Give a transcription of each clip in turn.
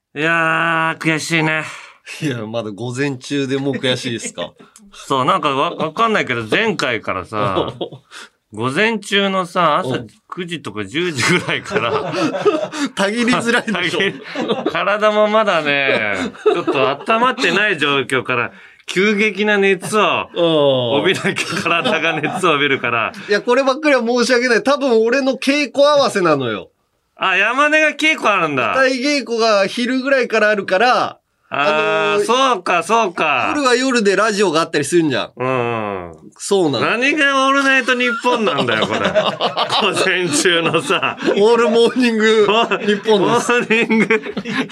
いやー、悔しいね。 いや、まだ午前中でもう悔しいですか。 そう、なんかわかんないけど、前回からさ、午前中のさ、朝9時とか10時ぐらいから、 たぎりづらいでしょ。 体もまだね、ちょっと温まってない状況から、急激な熱を帯びなきゃ体が熱を帯びるから。 いや、こればっかりは申し訳ない。多分俺の稽古合わせなのよ。 あ、山根が稽古あるんだ。 舞台稽古が昼ぐらいからあるから、 そうか、そうか。 夜は夜でラジオがあったりするんじゃん。 うん。 そうなの。 何がオールナイトニッポンなんだよ、これ。午前中のさ。 オールモーニング日本です。 モーニング。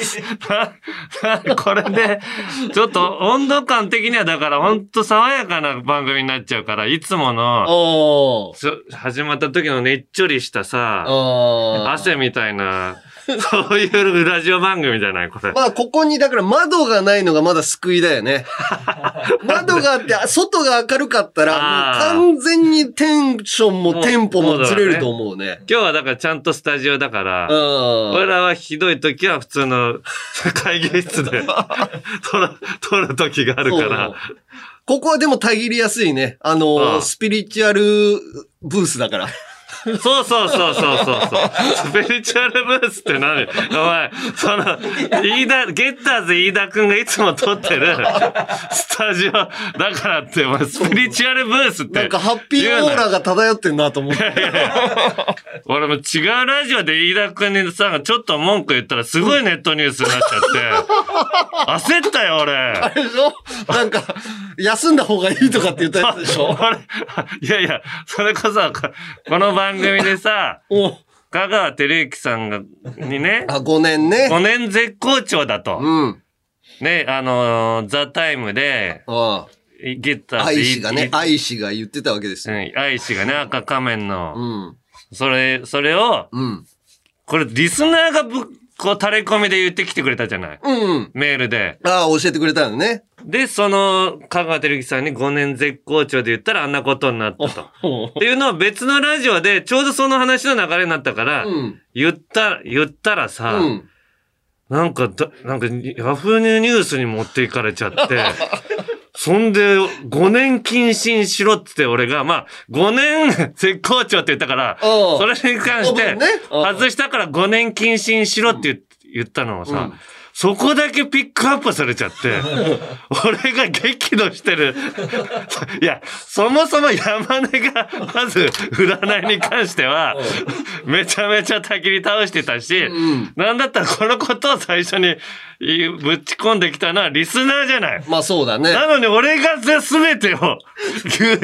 これで、ちょっと温度感的にはだからほんと爽やかな番組になっちゃうから、いつもの、始まった時のねっちょりしたさ、汗みたいな、そういうラジオ番組じゃないこれ。 まあ、ここに、だから窓がないのがまだ救いだよね。窓があって、外が明るかったら、もう完全にテンションもテンポもずれると思うね。 今日はだからちゃんとスタジオだから、俺らはひどい時は普通の会議室で撮る時があるから。 ここはでもたぎりやすいね。スピリチュアルブースだから。 そう。スピリチュアルブースって何？お前、ゲッターズ飯田くんがいつも撮ってるスタジオだからって、お前、スピリチュアルブースって。 なんかハッピーオーラが漂ってんなと思って。 俺も違うラジオで飯田くんにさ、ちょっと文句言ったらすごいネットニュースになっちゃって。焦ったよ、俺。 あれでしょなんか、休んだ方がいいとかって言ったやつでしょいや、それこそ、この番組でさ、香川照之さんにね、 5年ね。 5年絶好調だと。 うん。 ね、ザ・タイムで、ゲッターズ愛氏がね、愛氏が言ってたわけですよ。 愛氏がね、赤仮面の。 うん。 それを、これリスナーがこう、垂れ込みで言ってきてくれたじゃない。メールで。 教えてくれたのね。 で、その、香川照之さんに5年絶好調で言ったらあんなことになったと。っていうのを別のラジオで、ちょうどその話の流れになったから、言ったらさ、なんかヤフーニュースに持っていかれちゃって、そんで、5年謹慎しろってって俺が、まあ、5年絶好調って言ったから、それに関して、外したから5年謹慎しろって言ったのをさ、そこだけピックアップされちゃって、俺が激怒してる。いや、そもそも山根が、まず、占いに関しては、めちゃめちゃたきり倒してたし、なんだったらこのことを最初にぶっち込んできたのはリスナーじゃない。 まあそうだね。 なのに俺が全てを牛耳って。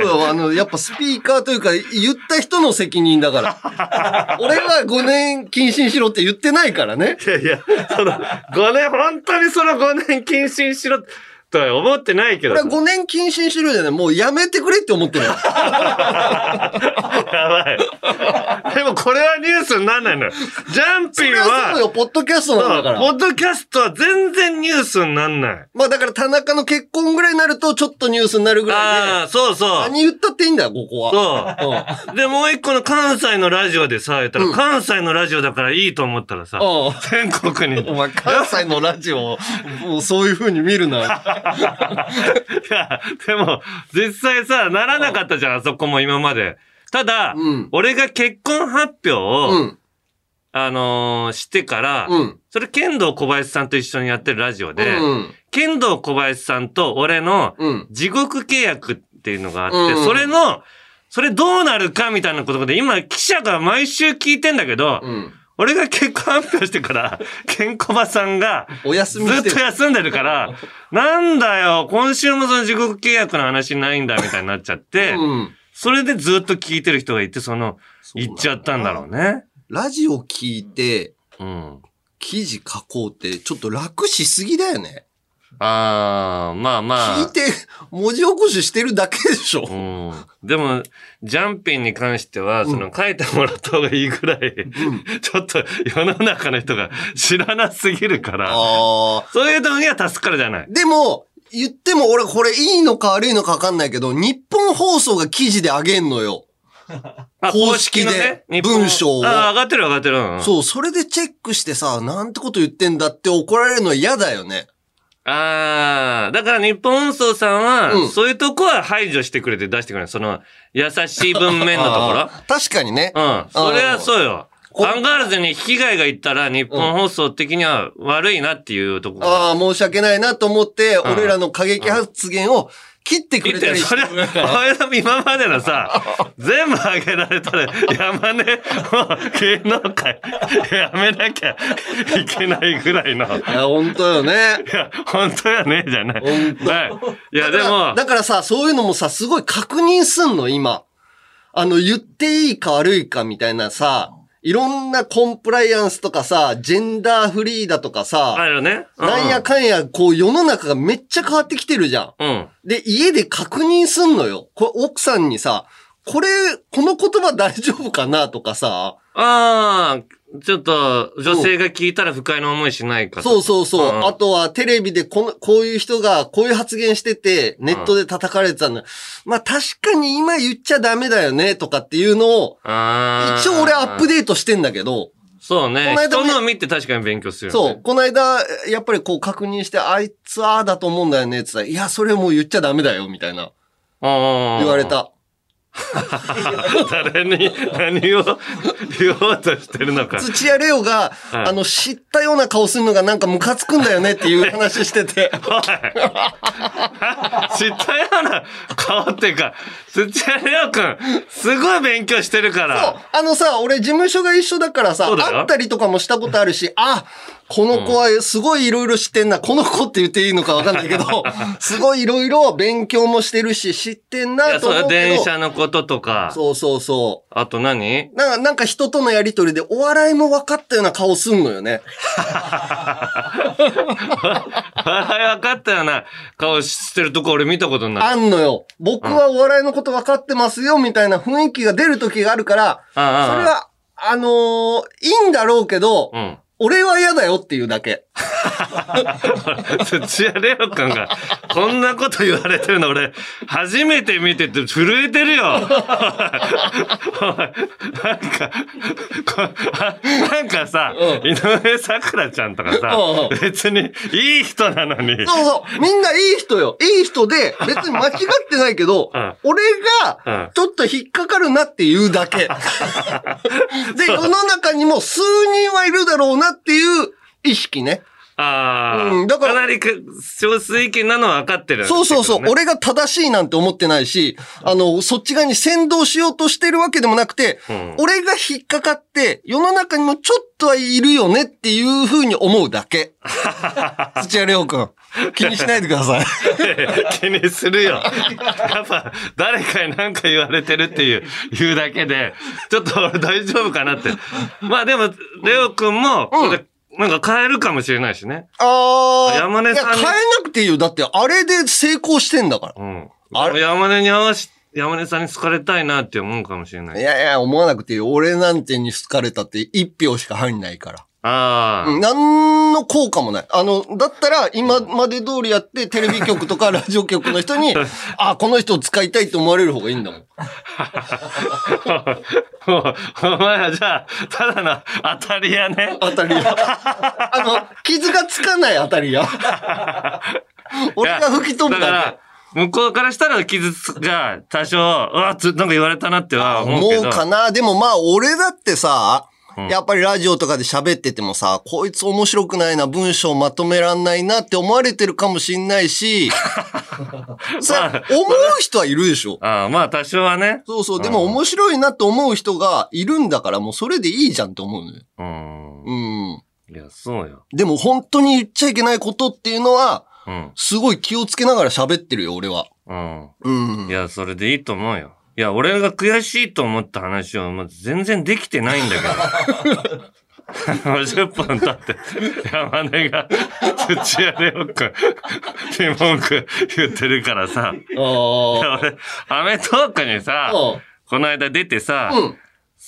やっぱスピーカーというか、言った人の責任だから。俺は5年謹慎しろって言ってないからね。 いや、本当にその5年謹慎しろとは思ってないけど。 俺は5年謹慎しろじゃない。もうやめてくれって思ってる。やばい。でもこれはニュースにならないのよ。ジャンピンは。 そうよ、ポッドキャストなんだから。 ポッドキャストは全然ニュースになんない。 まあだから田中の結婚ぐらいになるとちょっとニュースになるぐらいで。 そう。 何言ったっていいんだよ、ここは。 そう。で、もう一個の関西のラジオでさ、言ったら、関西のラジオだからいいと思ったらさ、全国に。 お前関西のラジオを、もうそういう風に見るな。 いや、でも、実際さ、ならなかったじゃん、あそこも今まで。ただ、俺が結婚発表を、してから、それ剣道小林さんと一緒にやってるラジオで、剣道小林さんと俺の地獄契約っていうのがあって、それどうなるかみたいなことで、今記者が毎週聞いてんだけど、俺が結婚発表してから、ケンコバさんが、ずっと休んでるから、なんだよ、今週もその地獄契約の話ないんだ、みたいになっちゃって、それでずっと聞いてる人がいて、行っちゃったんだろうね。 ラジオ聞いて、記事書こうって、ちょっと楽しすぎだよね。 まあ。 聞いて、文字起こししてるだけでしょ。 でも、ジャンピンに関しては、書いてもらった方がいいぐらい、ちょっと世の中の人が知らなすぎるから、そういうのには助かるじゃない。 でも、言っても俺これいいのか悪いのか分かんないけど、日本放送が記事であげんのよ。 公式で文章を。 上がってる上がってる。 そう、それでチェックしてさ、なんてこと言ってんだって怒られるのは嫌だよね。 だから日本放送さんは、そういうとこは排除してくれて出してくれる。その、優しい文面のところ。 確かにね。 それはそうよ。アンガールズに被害がいったら日本放送的には悪いなっていうところ。 申し訳ないなと思って、俺らの過激発言を切ってくれたりしてそれ、今までのさ、全部あげられたら、山根、もう芸能界、やめなきゃいけないぐらいの。いや、本当よね。 いや、本当やね、じゃない。本当。いや、でも。 だからさ、そういうのもさ、すごい確認すんの、今。言っていいか悪いかみたいなさ、いろんなコンプライアンスとかさ、ジェンダーフリーだとかさ、 あるね。 なんやかんや、こう世の中がめっちゃ変わってきてるじゃん。で、家で確認すんのよ。奥さんにさ、この言葉大丈夫かなとかさ。 ちょっと、女性が聞いたら不快な思いしないかと。そう。あとは、テレビでこういう人がこういう発言してて、ネットで叩かれてたんだ。まあ確かに今言っちゃダメだよね、とかっていうのを、一応俺アップデートしてんだけど。 そうね。人のを見て確かに勉強するよね。 そう。この間、やっぱりこう確認して、あいつだと思うんだよね、って言ったら、いや、それもう言っちゃダメだよ、みたいな。言われた。 誰に何を言おうとしてるのか。 土屋レオが、知ったような顔するのがなんかムカつくんだよねっていう話してて。 おい。知ったような顔っていうか、土屋レオくん、すごい勉強してるから。 そう。さ、俺事務所が一緒だからさ、会ったりとかもしたことあるし、この子はすごいいろいろ知ってんな。この子って言っていいのかわかんないけど、すごいいろいろ勉強もしてるし、知ってんなと思うけど。 電車のこととか。 そう。 あと何？ なんか人とのやりとりでお笑いも分かったような顔すんのよね。 笑い分かったような顔してるとこ俺見たことない。 あんのよ。僕はお笑いのこと分かってますよ、みたいな雰囲気が出る時があるから、それは、いいんだろうけど、俺は嫌だよっていうだけ。 土屋レオくんがこんなこと言われてるの俺初めて見てて震えてるよ。なんかさ、井上咲楽ちゃんとかさ、別にいい人なのに。 そう。みんないい人よ。いい人で別に間違ってないけど、俺がちょっと引っかかるなっていうだけ。で、世の中にも数人はいるだろうなっていう意識ね。 だからかなり少数意見なのは分かってる、ね。 そう。俺が正しいなんて思ってないし、そっち側に先導しようとしてるわけでもなくて、俺が引っかかって、世の中にもちょっとはいるよねっていう風に思うだけ。土屋レオくん。気にしないでください。 気にするよ。やっぱ、誰かに何か言われてるって言うだけで、ちょっと俺大丈夫かなって。まあでも、レオくんも、なんか変えるかもしれないしね。山根さんに。 いや、変えなくていいよ。だって、あれで成功してんだから。 山根さんに好かれたいなって思うかもしれない。 いや、思わなくていいよ。俺なんてに好かれたって1票しか入んないから。何の効果もない。だったら、今まで通りやって、テレビ局とかラジオ局の人に、この人を使いたいって思われる方がいいんだもん。 お前はじゃあ、ただの当たり屋ね。 当たり屋。傷がつかない当たり屋。俺が吹き飛ぶだから。 向こうからしたら傷が多少、なんか言われたなっては思うけど。 思うかな。でもまあ、俺だってさ、やっぱりラジオとかで喋っててもさ、こいつ面白くないな、文章まとめらんないなって思われてるかもしんないし、さ、思う人はいるでしょ。 まあ多少はね。 そう。でも面白いなって思う人がいるんだから、もうそれでいいじゃんって思うのよ。 いや、そうよ。 でも本当に言っちゃいけないことっていうのは、すごい気をつけながら喋ってるよ、俺は。 いや、それでいいと思うよ。いや、俺が悔しいと思った話を全然できてないんだけど。50分経って、山根が、土屋レオくんに文句言ってるからさ。いや、俺、アメトークにさ、この間出てさ、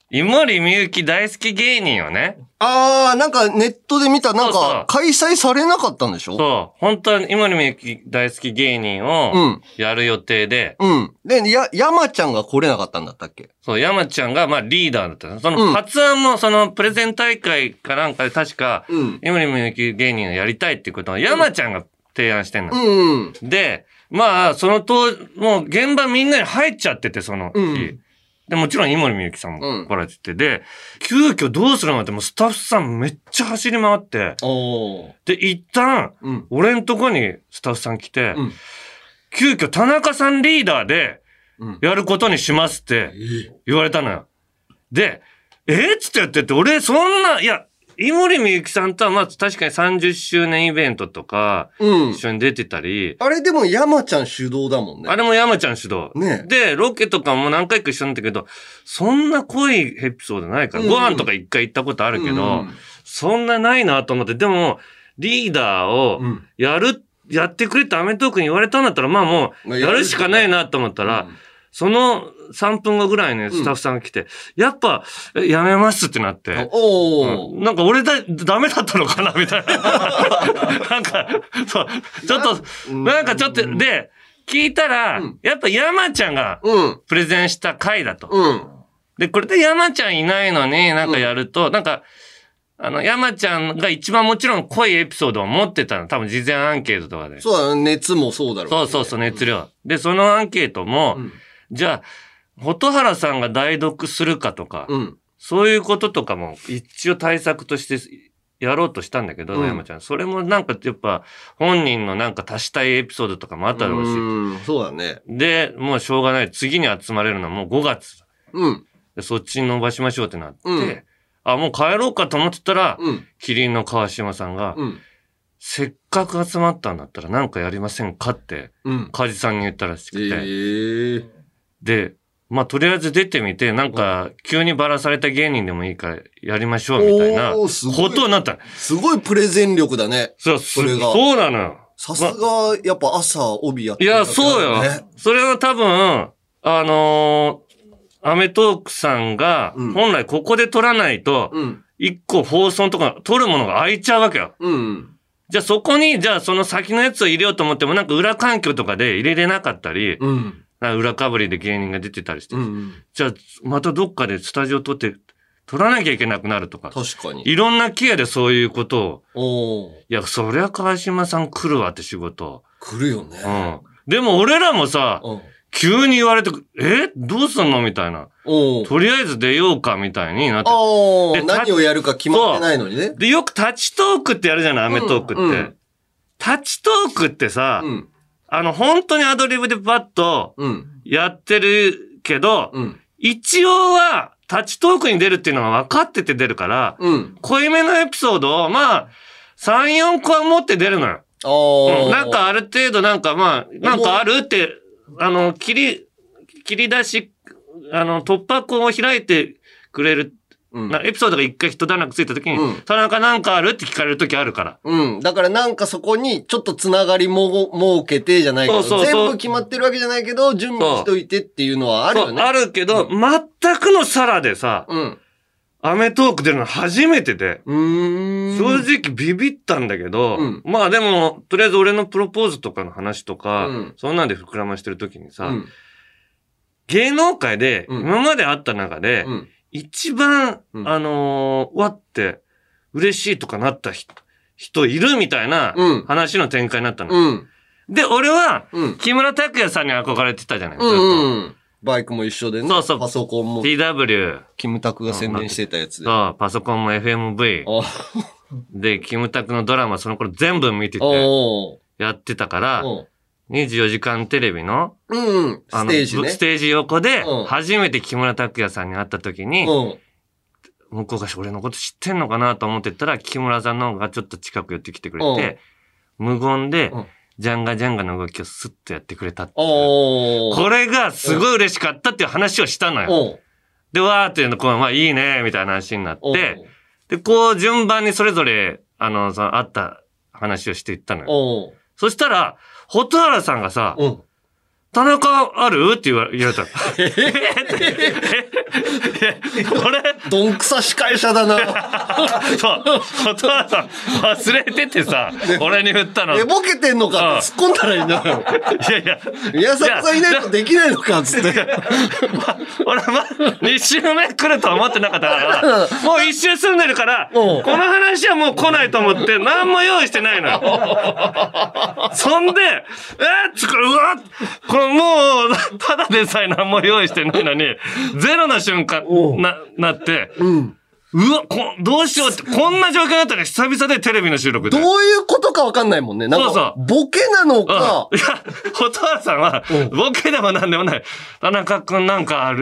井森美幸大好き芸人をね。 なんかネットで見た、なんか開催されなかったんでしょ？ そう。本当は井森美幸大好き芸人をやる予定で。 うん。で、山ちゃんが来れなかったんだったっけ？ そう、山ちゃんがまあリーダーだったの。その発案もそのプレゼン大会かなんかで確か、井森美幸芸人をやりたいっていうことを山ちゃんが提案してんの。で、まあ、もう現場みんなに入っちゃってて、その日。で、もちろん井森美幸さんも来られてて、で、急遽どうするのってもうスタッフさんめっちゃ走り回って、で、一旦、俺んとこにスタッフさん来て、急遽田中さんリーダーで、やることにしますって言われたのよ。で、つってやってて、俺そんな、いや、井森美幸さんとはまず確かに30周年イベントとか、一緒に出てたり。 あれでも山ちゃん主導だもんね。 あれも山ちゃん主導。ね。で、ロケとかも何回か一緒なんだけど、そんな濃いエピソードないから、ご飯とか一回行ったことあるけど、そんなないなと思って、でも、リーダーをやってくれってアメトークに言われたんだったら、まあもう、やるしかないなと思ったら、その3分後ぐらいにスタッフさんが来て、やっぱ、やめますってなって。なんか俺ダメだったのかなみたいな。なんか、そう、ちょっと、なんかちょっと、で、聞いたら、やっぱ山ちゃんがプレゼンした回だと。で、これで山ちゃんいないのになんかやると、なんか、山ちゃんが一番もちろん濃いエピソードを持ってたの。多分事前アンケートとかで。 そうだね、熱もそうだろう、 ね。そう、熱量。で、そのアンケートも、じゃあ、蛍原さんが代読するかとか、そういうこととかも一応対策としてやろうとしたんだけど、山ちゃん。それもなんかやっぱ本人のなんか足したいエピソードとかもあったろうし。そうだね。 で、もうしょうがない。次に集まれるのはもう5月。でそっちに伸ばしましょうってなって、もう帰ろうかと思ってたら、キリンの川島さんが、せっかく集まったんだったらなんかやりませんかって、梶さんに言ったらしくて。で、まあ、とりあえず出てみて、なんか、急にばらされた芸人でもいいからやりましょうみたいなことになった。 すごいプレゼン力だね。 それが。そうなのよ。 さすが、やっぱ朝帯やってる、ね。いや、そうよ。それは多分、アメトークさんが、本来ここで撮らないと、一個放送とか撮るものが空いちゃうわけよ。じゃあそこに、じゃあその先のやつを入れようと思っても、なんか裏環境とかで入れれなかったり、裏かぶりで芸人が出てたりして。じゃあ、またどっかでスタジオ撮らなきゃいけなくなるとか。 確かに。 いろんなケアでそういうことを。いや、そりゃ川島さん来るわって仕事。 来るよね。 でも俺らもさ、急に言われて、どうすんのみたいな。とりあえず出ようかみたいになって。 何をやるか決まってないのにね。 で、よくタッチトークってやるじゃない、アメトークって。タッチトークってさ、本当にアドリブでバッとやってるけど、一応はタッチトークに出るっていうのは分かってて出るから、濃いめのエピソードを、まあ、3、4個は持って出るのよ。なんかある程度なんかまあ、なんかあるって、切り出し、突破口を開いてくれる。エピソードが一回一段落ついた時に、田中なんかあるって聞かれる時あるから。 だからなんかそこにちょっとつながりも設けてじゃないけど、全部決まってるわけじゃないけど、準備しといてっていうのはあるよね。 あるけど、全くのサラでさ、アメトーク出るの初めてで、正直ビビったんだけど、まあでも、とりあえず俺のプロポーズとかの話とか、そんなんで膨らましてる時にさ、芸能界で今まであった中で、一番、わって嬉しいとかなった人いるみたいな話の展開になったの。で、俺は、木村拓哉さんに憧れてたじゃないですか。 バイクも一緒でね。 そう。 パソコンも。 TW。 キムタクが宣伝してたやつで。 そう、パソコンも FMV。で、キムタクのドラマその頃全部見てて、やってたから、24時間テレビの、 ステージね。 ステージ横で、初めて木村拓哉さんに会った時に、向こうが俺のこと知ってんのかなと思ってたら、木村さんの方がちょっと近く寄ってきてくれて、無言で、ジャンガジャンガの動きをスッとやってくれたって。これがすごい嬉しかったっていう話をしたのよ。で、わーっていうの、まあいいね、みたいな話になって、で、こう順番にそれぞれ、そのあった話をしていったのよ。そしたら、蛍原さんがさ、田中あるって言われた。 俺、 どんくさ司会者だな。 そう、お父さん忘れててさ、俺に振ったの。 ボケてんのかって突っ込んだらいいんだよ。 いやいや。 宮迫さんいないとできないのかっつって。 俺2週目来るとは思ってなかったから、もう1週住んでるから、この話はもう来ないと思って、何も用意してないのよ。そんで、うわこれもう、ただでさえ何も用意してないのに、ゼロな瞬間、なって、うわ、どうしようって、こんな状況だったら久々でテレビの収録で。 どういうことかわかんないもんね。なんか、そうそう。ボケなのか。 いや、お父さんは、ボケでもなんでもない。田中くんなんかある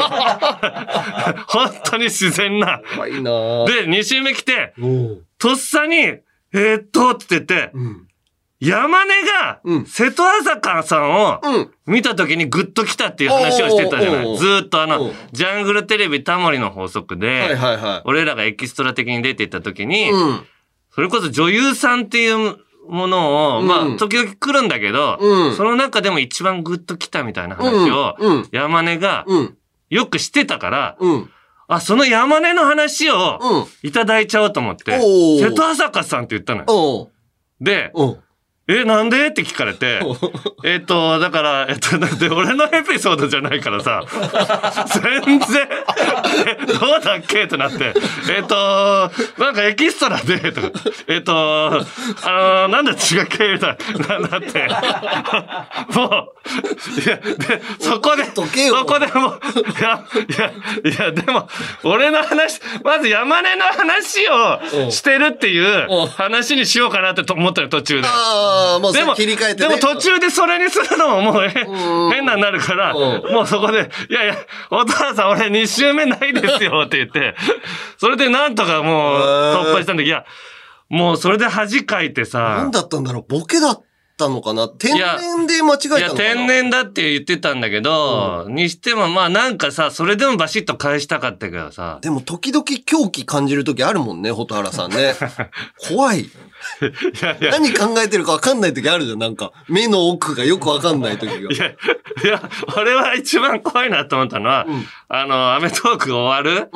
本当に自然な。 怖いなで、2週目来て、とっさに、って言って、山根が、瀬戸朝香さんを見た時にグッと来たっていう話をしてたじゃない。ずーっとジャングルテレビタモリの法則で、俺らがエキストラ的に出ていった時に、それこそ女優さんっていうものを、まあ、時々来るんだけど、その中でも一番グッと来たみたいな話を、山根がよくしてたから、その山根の話をいただいちゃおうと思って、瀬戸朝香さんって言ったのよ。で、なんでって聞かれて、だから、だって俺のエピソードじゃないからさ、全然、どうだっけってなって、なんかエキストラで、とか、なんだ違う系みたいな、なって、もう、いや、で、そこでもう、いや、でも、俺の話、まず山根の話をしてるっていう話にしようかなって思ったよ、途中で。 もう切り替えてね。 でも途中でそれにするのももう変なになるから、もうそこで、いやいや、お父さん俺2週目ないですよって言って、それでなんとかもう突破したんだけど、いや、もうそれで恥かいてさ。 なんだったんだろう、ボケだったのかな、天然で間違えたのかな。いや、 天然だって言ってたんだけど、にしてもまあなんかさ、それでもバシッと返したかったけどさ。 でも時々狂気感じる時あるもんね、蛍原さんね。怖い。何考えてるか分かんない時あるじゃん、なんか。目の奥がよく分かんない時が。いや、俺は一番怖いなと思ったのは、アメトークが終わる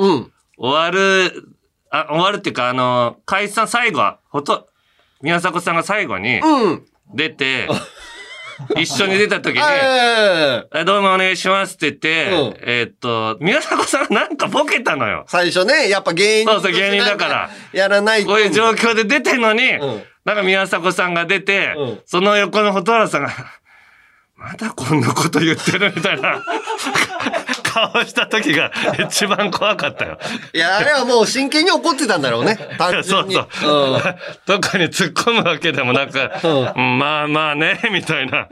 終わるっていうか、解散最後は、宮迫さんが最後に、出て、一緒に出た時に、どうもお願いしますって言って、宮迫さんなんかボケたのよ。 最初ね、やっぱ芸人。 そう芸人だから。 やらないと。 こういう状況で出てんのに、なんか宮迫さんが出て、その横の蛍原さんが、まだこんなこと言ってるみたいな顔した時が一番怖かったよ。 いや、あれはもう真剣に怒ってたんだろうね。単純に。 そう。特に突っ込むわけでもなく、まあまあね、みたいな。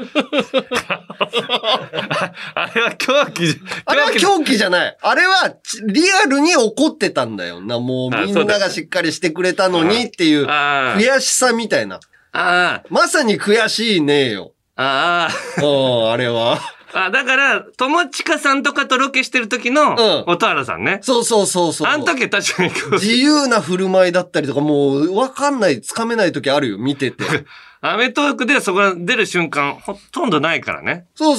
あれは狂気。 あれは狂気じゃない。あれはリアルに怒ってたんだよな。もうみんながしっかりしてくれたのにっていう悔しさみたいな。まさに悔しいねよ。あれは。 だから、友近さんとかとロケしてる時の、蛍原さんね。 そう。 あの時確かに。 自由な振る舞いだったりとか、もう、わかんない、つかめない時あるよ、見てて。 アメトークでそこが出る瞬間、ほとんどないからね。 そう。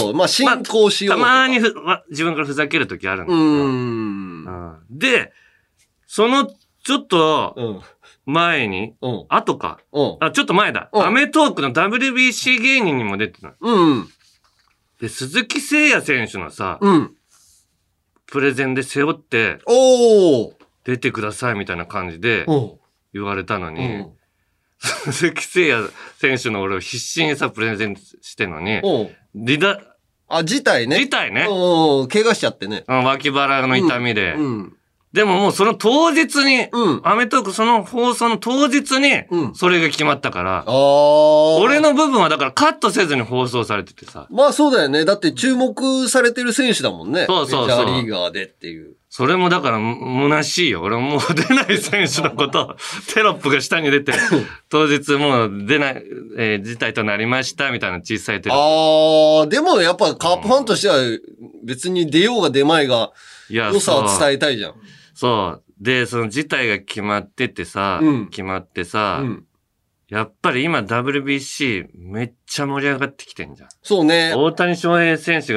まあ、進行しよう。 たまに自分からふざける時あるんですけど。で、その、ちょっと、前に、後か。ちょっと前だ。アメトークの WBC 芸人にも出てた。で、鈴木誠也選手のさ、プレゼンで背負って、出てくださいみたいな感じで言われたのに、鈴木誠也選手の俺を必死にさ、プレゼンしてんのに、 辞退ね。 辞退ね。 怪我しちゃってね。 脇腹の痛みで。でももうその当日に、アメトークその放送の当日に、それが決まったから、俺の部分はだからカットせずに放送されててさ。 まあそうだよね。だって注目されてる選手だもんね。 そう。 メジャーリーガーでっていう。 それもだから虚しいよ。俺もう出ない選手のこと、テロップが下に出て、当日もう出ない、事態となりましたみたいな小さいテロップ。でもやっぱカープファンとしては別に出ようが出まいが、良さを伝えたいじゃん。 そう。で、その事態が決まっててさ、やっぱり今 WBC めっちゃ盛り上がってきてんじゃん。 そうね。 大谷翔平選手が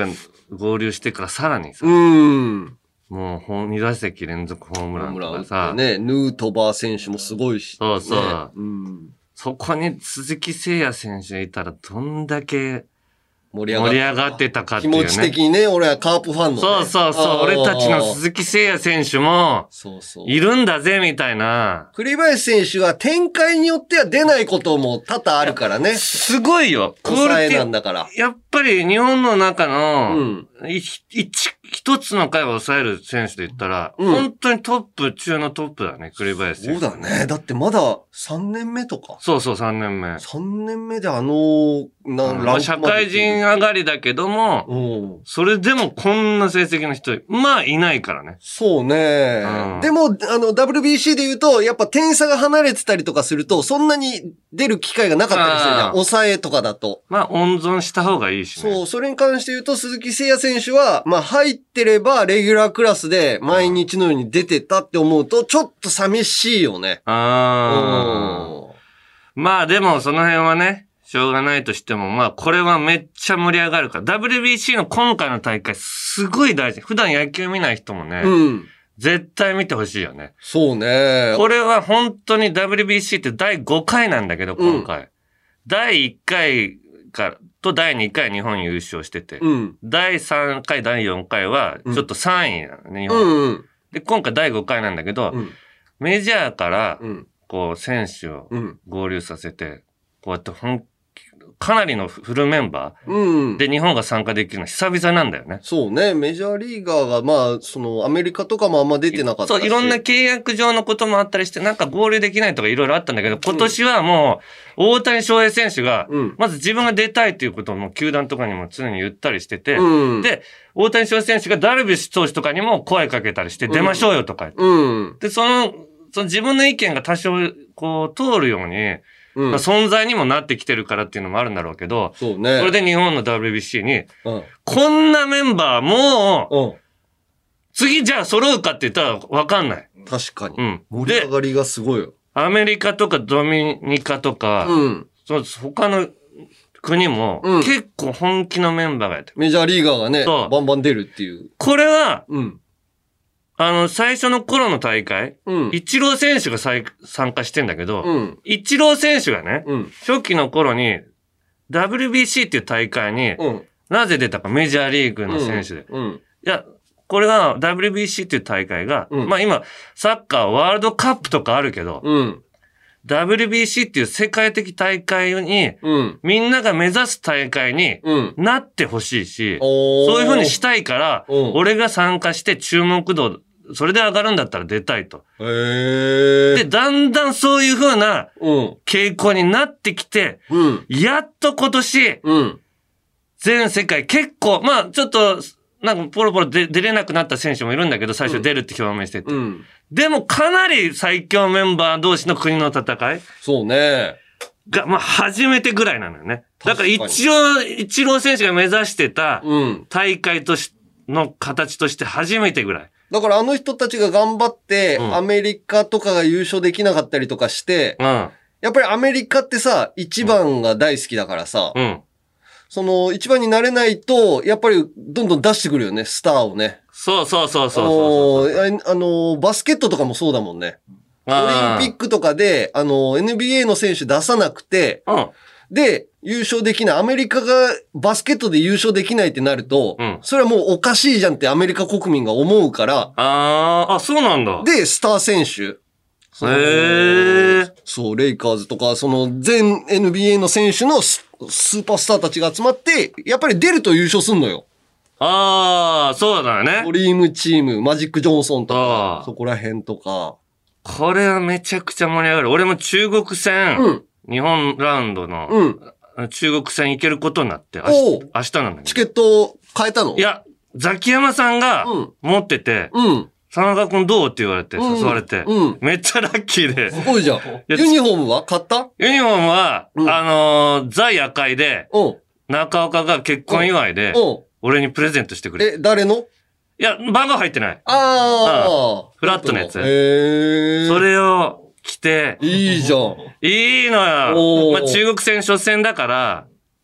合流してからさらにさ、もう2打席連続ホームランとかさ、 ね、ヌートバー選手もすごいし、 そうそう。そこに鈴木誠也選手いたらどんだけ盛り上がってたかっていうね。 気持ち的にね、俺はカープファンの、ね。 そうそうそう。俺たちの鈴木誠也選手も、いるんだぜ、みたいな。 栗林選手は展開によっては出ないことも多々あるからね。 すごいよ。 抑えなんだから。 やっぱり日本の中の、一つの回を抑える選手で言ったら、本当にトップ中のトップだね、栗林選手。 そうだね。だってまだ3年目とか。 そうそう、3年目。 3年目で社会人上がりだけども、それでもこんな成績の人、まあいないからね。 そうね。でも、WBC で言うと、やっぱ点差が離れてたりとかすると、そんなに出る機会がなかったりするじゃん。抑えとかだと。 まあ温存した方がいいしね。 そう、それに関して言うと、鈴木誠也選手は、まあ入ってれば、レギュラークラスで毎日のように出てたって思うと、ちょっと寂しいよね。 まあでもその辺はね、しょうがないとしても、まあこれはめっちゃ盛り上がるから。WBC の今回の大会すごい大事。普段野球見ない人もね、絶対見てほしいよね。 そうね。 これは本当に WBC って第5回なんだけど、今回。第1回と第2回日本優勝してて、第3回、第4回はちょっと3位なのね、日本。で、今回第5回なんだけど、メジャーから、こう、選手を合流させて、こうやってかなりのフルメンバーで日本が参加できるのは久々なんだよね。 そうね。メジャーリーガーが、まあ、アメリカとかもあんま出てなかったし。 そう、いろんな契約上のこともあったりして、なんか合流できないとかいろいろあったんだけど、今年はもう、大谷翔平選手が、まず自分が出たいということをもう球団とかにも常に言ったりしてて、で、大谷翔平選手がダルビッシュ投手とかにも声かけたりして、出ましょうよとか言って。で、その自分の意見が多少、こう、通るように、まあ存在にもなってきてるからっていうのもあるんだろうけど、 そうね。 それで日本の WBC に、こんなメンバーもう、次じゃあ揃うかって言ったらわかんない。 確かに。盛り上がりがすごいよ。 アメリカとかドミニカとか、他の国も結構本気のメンバーがやってる。 メジャーリーガーがね、バンバン出るっていう。 これは、最初の頃の大会、イチロー選手が参加してんだけど、イチロー選手がね、初期の頃に WBC っていう大会に、なぜ出たかメジャーリーグの選手で。いや、これが WBC っていう大会が、まあ今、サッカーワールドカップとかあるけど、WBC っていう世界的大会に、みんなが目指す大会になってほしいし、そういう風にしたいから、俺が参加して注目度、それで上がるんだったら出たいと。で、だんだんそういう風な傾向になってきて、やっと今年、全世界結構、まあちょっと、なんかポロポロ出れなくなった選手もいるんだけど、最初出るって表明してて。でもかなり最強メンバー同士の国の戦い。 そうね。 が、まあ初めてぐらいなのよね。だから一応、イチロー選手が目指してた大会の形として初めてぐらい。 だからあの人たちが頑張って、アメリカとかが優勝できなかったりとかして、やっぱりアメリカってさ、一番が大好きだからさ、その一番になれないと、やっぱりどんどん出してくるよね、スターをね。 そう。 バスケットとかもそうだもんね。オリンピックとかで、NBA の選手出さなくて、で、優勝できない。アメリカがバスケットで優勝できないってなると、それはもうおかしいじゃんってアメリカ国民が思うから。 そうなんだ。 で、スター選手。そう、レイカーズとか、その全 NBA の選手のスーパースターたちが集まって、やっぱり出ると優勝すんのよ。 そうだね。 ドリームチーム、マジック・ジョンソンとか、そこら辺とか。 これはめちゃくちゃ盛り上がる。俺も中国戦、日本ラウンドの、中国戦行けることになって、明日なんだけど。 チケット変えたの？ いや、ザキヤマさんが持ってて、田中君どうって言われて、誘われて、めっちゃラッキーで。 すごいじゃん。ユニフォームは買った？ ユニフォームは、ザイ赤いで、中岡が結婚祝いで、俺にプレゼントしてくれた。 誰の？ いや、番号入ってない。フラットのやつ。それを着て。 いいじゃん。 いいのよ。まあ、中国戦初戦だから、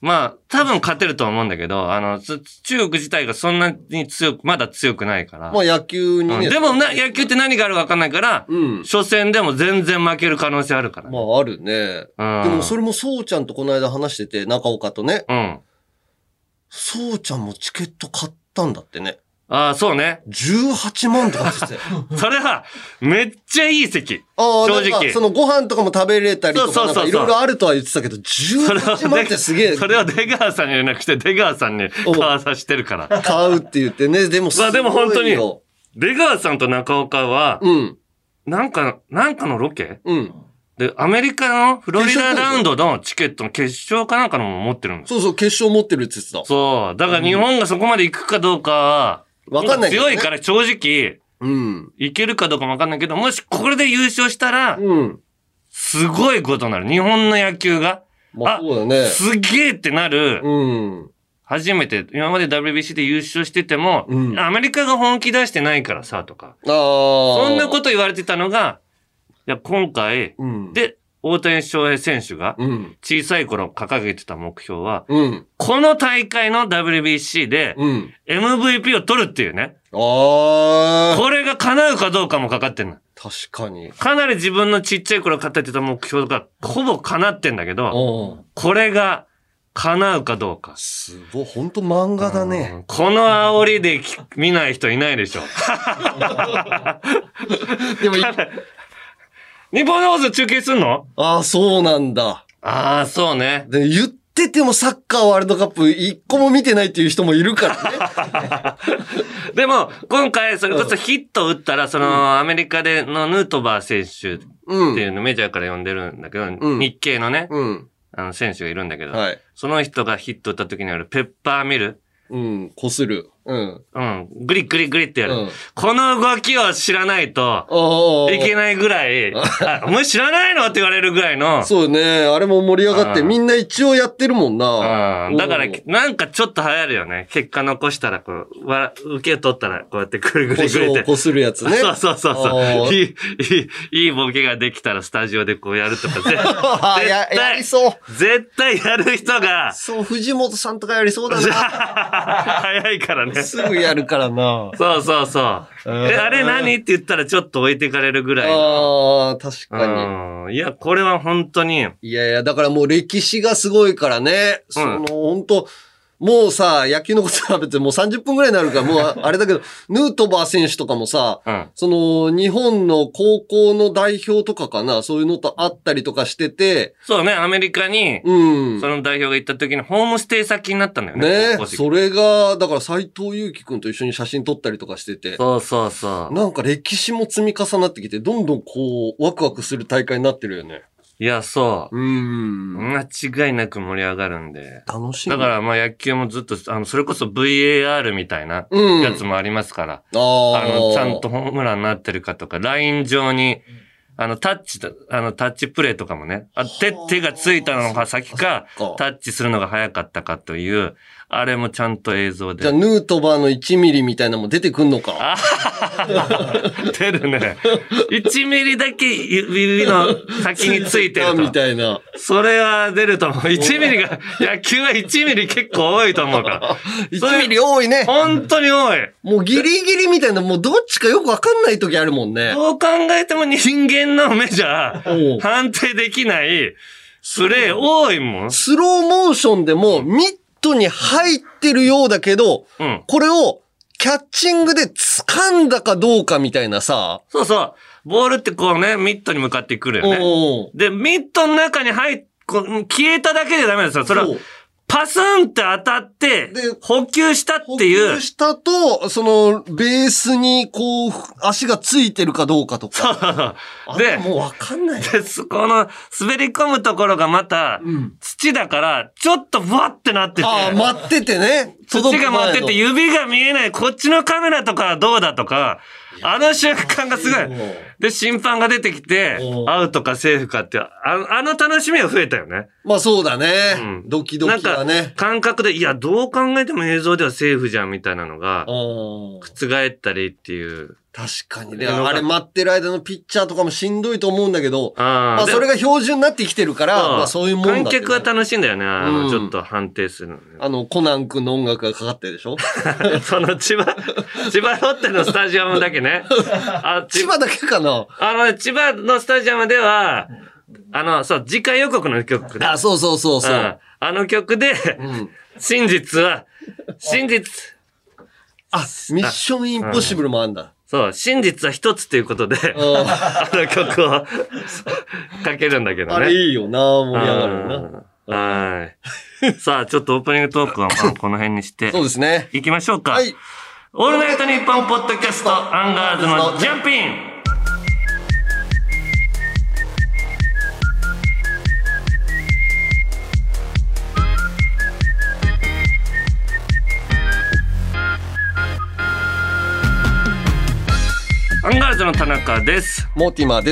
まあ、多分勝てると思うんだけど、中国自体がそんなにまだ強くないから。 まあ野球にね。 でも野球って何があるか分かんないから、初戦でも全然負ける可能性あるからね。まああるね。でもそれもそうちゃんとこの間話してて、中岡とね。そうちゃんもチケット買ったんだってね。 ああ、そうね。 18万とかって言ってそれは、めっちゃいい席。 正直。そのご飯とかも食べれたりとか、いろいろあるとは言ってたけど、18万ってすげえ。 それを出川さんに連絡して、出川さんに買わさしてるから。 買うって言ってね、でもすごいよ。まあでも本当に、出川さんと中岡は、なんかのロケで、アメリカのフロリダラウンドのチケットの決勝かなんかのも持ってるんですそうそう、決勝持ってるって言ってた。 そう。だから日本がそこまで行くかどうかは、 わかんないけど、 強いから正直、いけるかどうかもわかんないけど、もしこれで優勝したら、すごいことになる。日本の野球が。 そうだね。 すげえってなる。初めて、今まで WBC で優勝してても、アメリカが本気出してないからさ、とか。そんなこと言われてたのが、いや、今回、で、大谷翔平選手が、小さい頃掲げてた目標は、この大会の WBC で、MVP を取るっていうね。これが叶うかどうかもかかってんの。 確かに。 かなり自分のちっちゃい頃語ってた目標が、ほぼ叶ってんだけど、これが叶うかどうか。 すごい、ほんと漫画だね。 この煽りで見ない人いないでしょ。 でも、 日本の放送中継すんの？ ああ、そうなんだ。 ああ、そうね。 で、言っててもサッカーワールドカップ一個も見てないっていう人もいるからね。 でも、今回それこそヒット打ったら、アメリカでのヌートバー選手っていうのメジャーから呼んでるんだけど、日系のね、選手がいるんだけど、その人がヒット打った時にあるペッパーミル。 こする。 グリグリグリってやる。この動きを知らないといけないぐらい、お前知らないのって言われるぐらいの。 そうね。あれも盛り上がって、みんな一応やってるもんな。 だから、なんかちょっと流行るよね。結果残したら、受け取ったら、こうやってグリグリグリって。 こするやつね。 そう。いいボケができたらスタジオでこうやるとか、 やりそう。 絶対やる人が。 そう、藤本さんとかやりそうだな。 早いからね。 すぐやるからな。 そう。あれ何って言ったらちょっと置いてかれるぐらい。 確かに。いや、これは本当に。 いや、だからもう歴史がすごいからね。本当もうさ、野球のことは別にもう30分くらいになるから、もうあれだけど、ヌートバー選手とかもさ、日本の高校の代表とかかな、そういうのとあったりとかしてて。 そうね、アメリカに、その代表が行った時にホームステイ先になったんだよね。ね、それが、だから斎藤佑樹くんと一緒に写真撮ったりとかしてて。 そう。 なんか歴史も積み重なってきて、どんどんこう、ワクワクする大会になってるよね。 いや、そう。間違いなく盛り上がるんで。 楽しみ。 だからまあ野球もずっと、それこそ VAR みたいなやつもありますから。ちゃんとホームランになってるかとか、ライン上に、タッチプレーとかもね、手がついたのが先か、タッチするのが早かったかという、あれもちゃんと映像で。 じゃあ、ヌートバーの1ミリみたいなのも出てくんのか。 出るね。1ミリだけ指の先についてると。 みたいな。 それは出ると思う。1ミリが、野球は1ミリ結構多いと思うから。 1ミリ多いね。 本当に多い。 もうギリギリみたいな、もうどっちかよくわかんない時あるもんね。 どう考えても人間の目じゃ判定できないプレー多いもん。 スローモーションでもミットに入ってるようだけど、これをキャッチングで掴んだかどうかみたいなさ。 そう。ボールってこうね、ミットに向かってくるよね。で、ミットの中に消えただけでダメですよ。それはパスンって当たって、補給したっていう。補給したと、ベースにこう、足がついてるかどうかとか。 そう。で、 もうわかんない。 で、この滑り込むところがまた、土だから、ちょっとブワってなってて。 待っててね。 土が待ってて、指が見えない。こっちのカメラとかはどうだとか、あの瞬間がすごい。で、審判が出てきて、アウトかセーフかって、あの楽しみが増えたよね。 まあそうだね。ドキドキだね。 なんか、感覚で、いや、どう考えても映像ではセーフじゃんみたいなのが、覆ったりっていう確かにね。あれ待ってる間のピッチャーとかもしんどいと思うんだけど、まあそれが標準になってきてるから、まあそういうもんだって、ね。 観客は楽しいんだよね。ちょっと判定するの。 コナン君の音楽がかかってるでしょその千葉ロッテのスタジアムだけね。 千葉だけかな千葉のスタジアムでは、そう、次回予告の曲で。 そう。 あの曲で、真実。 ミッションインポッシブルもあんだ。 そう、真実は一つということで、あの曲をかけるんだけどね。 あれいいよな、盛り上がるな。 はい。さあ、ちょっとオープニングトークはこの辺にして。 そうですね。 行きましょうか。 はい。 オールナイトニッポンポッドキャスト、アンガールズのジャンピン。アンガールズの田中です。 モーティマーです。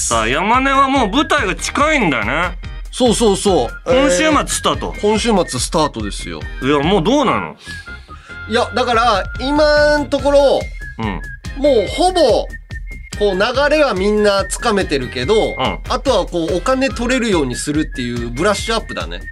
さあ、山根はもう舞台が近いんだね。 そう。 今週末スタート。 今週末スタートですよ。 いや、もうどうなの？ いや、だから、今のところ、もうほぼ、こう流れはみんなつかめてるけど、あとはこうお金取れるようにするっていうブラッシュアップだね。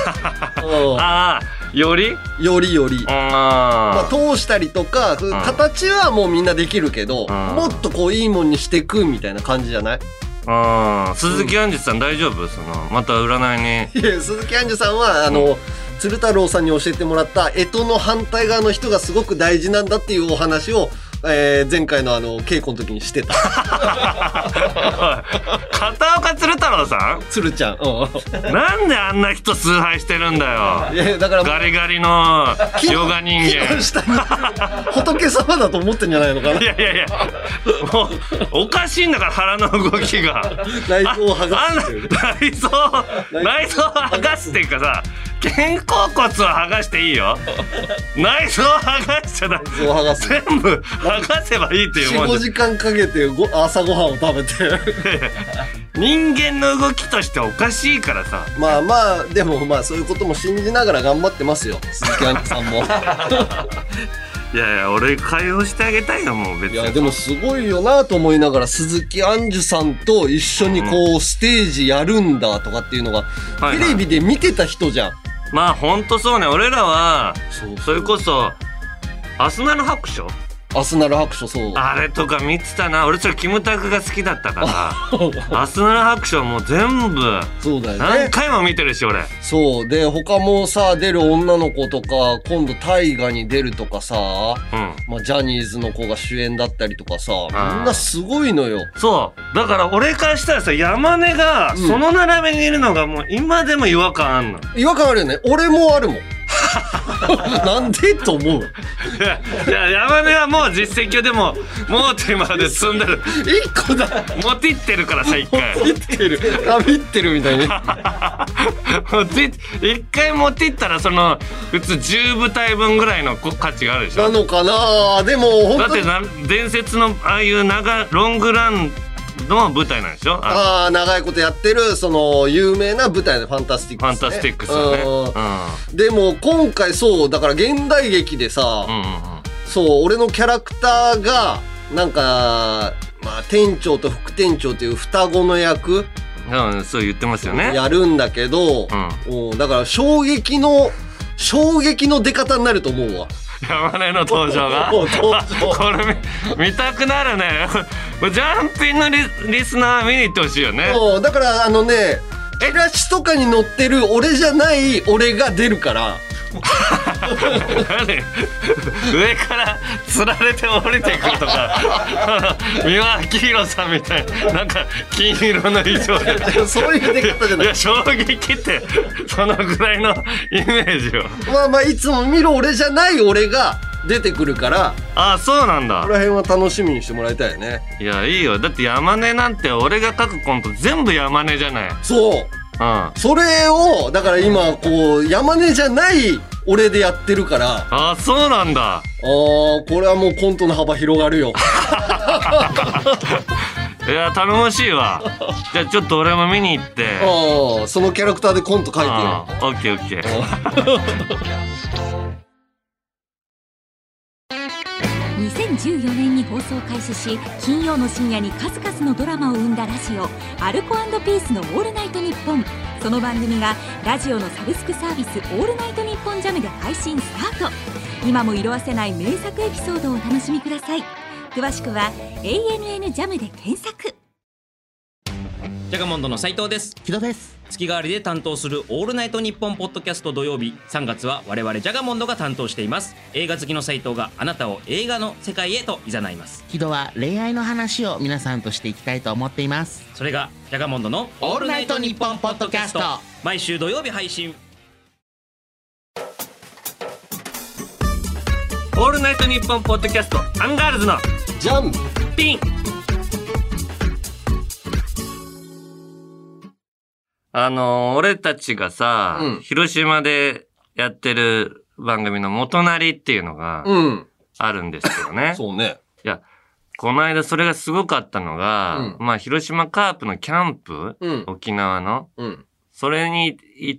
より、 まあ、通したりとか、形はもうみんなできるけど、もっとこういいもんにしていくみたいな感じじゃない？ 鈴木杏樹さん大丈夫？また占いに。 いや、鈴木杏樹さんは、鶴太郎さんに教えてもらった干支の反対側の人がすごく大事なんだっていうお話を、前回の稽古の時にしてた。 片岡鶴太郎さん？ 鶴ちゃん。 なんであんな人崇拝してるんだよ。いや、だからガリガリのヨガ人間。 仏様だと思ってんじゃないのかな。 いや、もうおかしいんだから腹の動きが。 内臓を剥がしてる。 内臓を剥がすっていうかさ。肩甲骨を剥がしていいよ。内臓を剥がしちゃダメ。全部剥がせばいいっていうもん。 4、5時間かけて朝ごはんを食べて。 人間の動きとしておかしいからさ。 まあでもそういうことも信じながら頑張ってますよ、鈴木杏樹さんも。 いや俺解放してあげたいよ、もう別に。 いやでもすごいよなと思いながら、鈴木杏樹さんと一緒にこうステージやるんだとかっていうのが、テレビで見てた人じゃん。 まあほんとそうね。俺らはそれこそアスナル白書、 そう。 あれとか見てたな。俺それキムタクが好きだったからアスナル白書もう全部そうだよね、 何回も見てるし俺。 そうで、他もさ出る女の子とか、今度大河に出るとかさ、まあ、ジャニーズの子が主演だったりとかさ、みんなすごいのよ。 そうだから俺からしたらさ、山根がその並びにいるのがもう今でも違和感あんの。 違和感あるよね。俺もあるもん。なんでと思う。 いや山根はもう実績をでももう手まで積んでる。 1個だ。 持っていってるからさ、1回。 持ってる。見ってるみたいに。 1回持っていったら普通10部隊分ぐらいの価値があるでしょ。 なのかな。でも本当だって伝説のああいうロングランの舞台なんでしょ。 長いことやってる有名な舞台のファンタスティックスね。でも今回そうだから現代劇でさ、そう俺のキャラクターがなんかまあ店長と副店長という双子の役、 そう言ってますよね。 やるんだけど、だから衝撃の出方になると思うわ。 山根の登場がこれ見たくなるね。ジャンピンのリスナー見に行ってほしいよね。 だからチラシとかに載ってる俺じゃない俺が出るから。 上からつられて降りてくるとか、三輪明宏さんみたいな、なんか金色の衣装でそういう出方じゃない。 いや衝撃ってそのぐらいのイメージを。 まあいつも見る俺じゃない俺が出てくるから。 あ、そうなんだ。 ここら辺は楽しみにしてもらいたいよね。 いやいいよ。だって山根なんて俺が書くコント全部山根じゃない。 そう。それをだから今こう山根じゃない俺でやってるから。 あ、そうなんだ。 これはもうコントの幅広がるよ。 いや頼もしいわ。じゃあちょっと俺も見に行って。 そのキャラクターでコント書いてよ。 オッケーオッケー。 2014年に放送開始し、金曜の深夜に数々のドラマを生んだラジオアルコ&ピースのオールナイトニッポン。その番組がラジオのサブスクサービスオールナイトニッポンジャムで配信スタート。今も色褪せない名作エピソードをお楽しみください。詳しくは ANN ジャムで検索。 ジャガモンドの斉藤です。 木戸です。 月替わりで担当するオールナイトニッポンポッドキャスト土曜日、3月は我々ジャガモンドが担当しています。映画好きの斉藤があなたを映画の世界へと誘います。 木戸は恋愛の話を皆さんとしていきたいと思っています。 それがジャガモンドのオールナイトニッポンポッドキャスト、 毎週土曜日配信。 オールナイトニッポンポッドキャストアンガールズのジャンピン。俺たちがさ、広島でやってる番組の元なりっていうのがあるんですけどね。 そうね。 いや、この間それがすごかったのが、まあ広島カープのキャンプ、沖縄の、それに行って、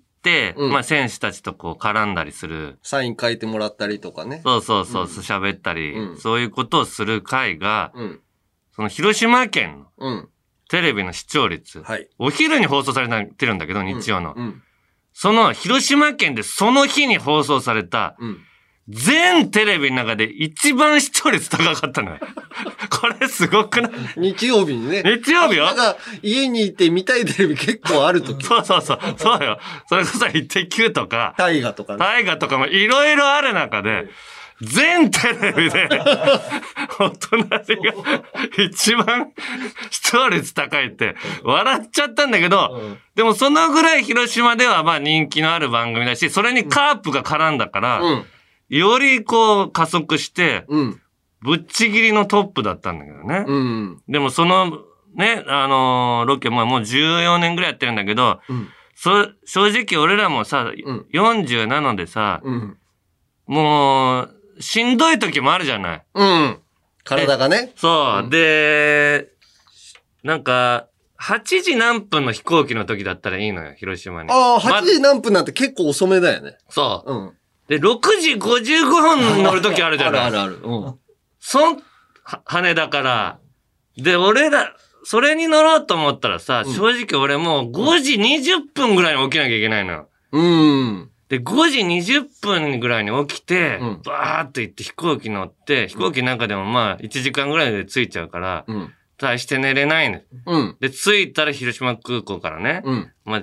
まあ選手たちとこう絡んだりする。 サイン書いてもらったりとかね。 そう、喋ったり、そういうことをする会が、その広島県の、テレビの視聴率、お昼に放送されてるんだけど、日曜の。その広島県でその日に放送された、全テレビの中で一番視聴率高かったのよ。これすごくない？ 日曜日にね。 日曜日よ。 なんか家にいて見たいテレビ結構あるとき。 そうよ。それこそイッテ Q とか、 大河とかね。 大河とかもいろいろある中で、全テレビで、お隣が一番視聴率高いって、笑っちゃったんだけど、でもそのぐらい広島ではまあ人気のある番組だし、それにカープが絡んだから、よりこう加速して、ぶっちぎりのトップだったんだけどね。でもそのね、ロケもう14年ぐらいやってるんだけど、正直俺らもさ、40なのでさ、もう、しんどい時もあるじゃない。 体がね。 そう。で、なんか、8時何分の飛行機の時だったらいいのよ、広島に。 ああ、8時何分なんて結構遅めだよね。 そう。で、6時55分乗る時あるじゃない。 ある。 羽田から。で、俺ら、それに乗ろうと思ったらさ、正直俺もう5時20分ぐらいに起きなきゃいけないのよ。で、5時20分ぐらいに起きて、バーっと行って飛行機乗って、飛行機の中でもまあ1時間ぐらいで着いちゃうから、大して寝れないの。で、着いたら広島空港からね、まあ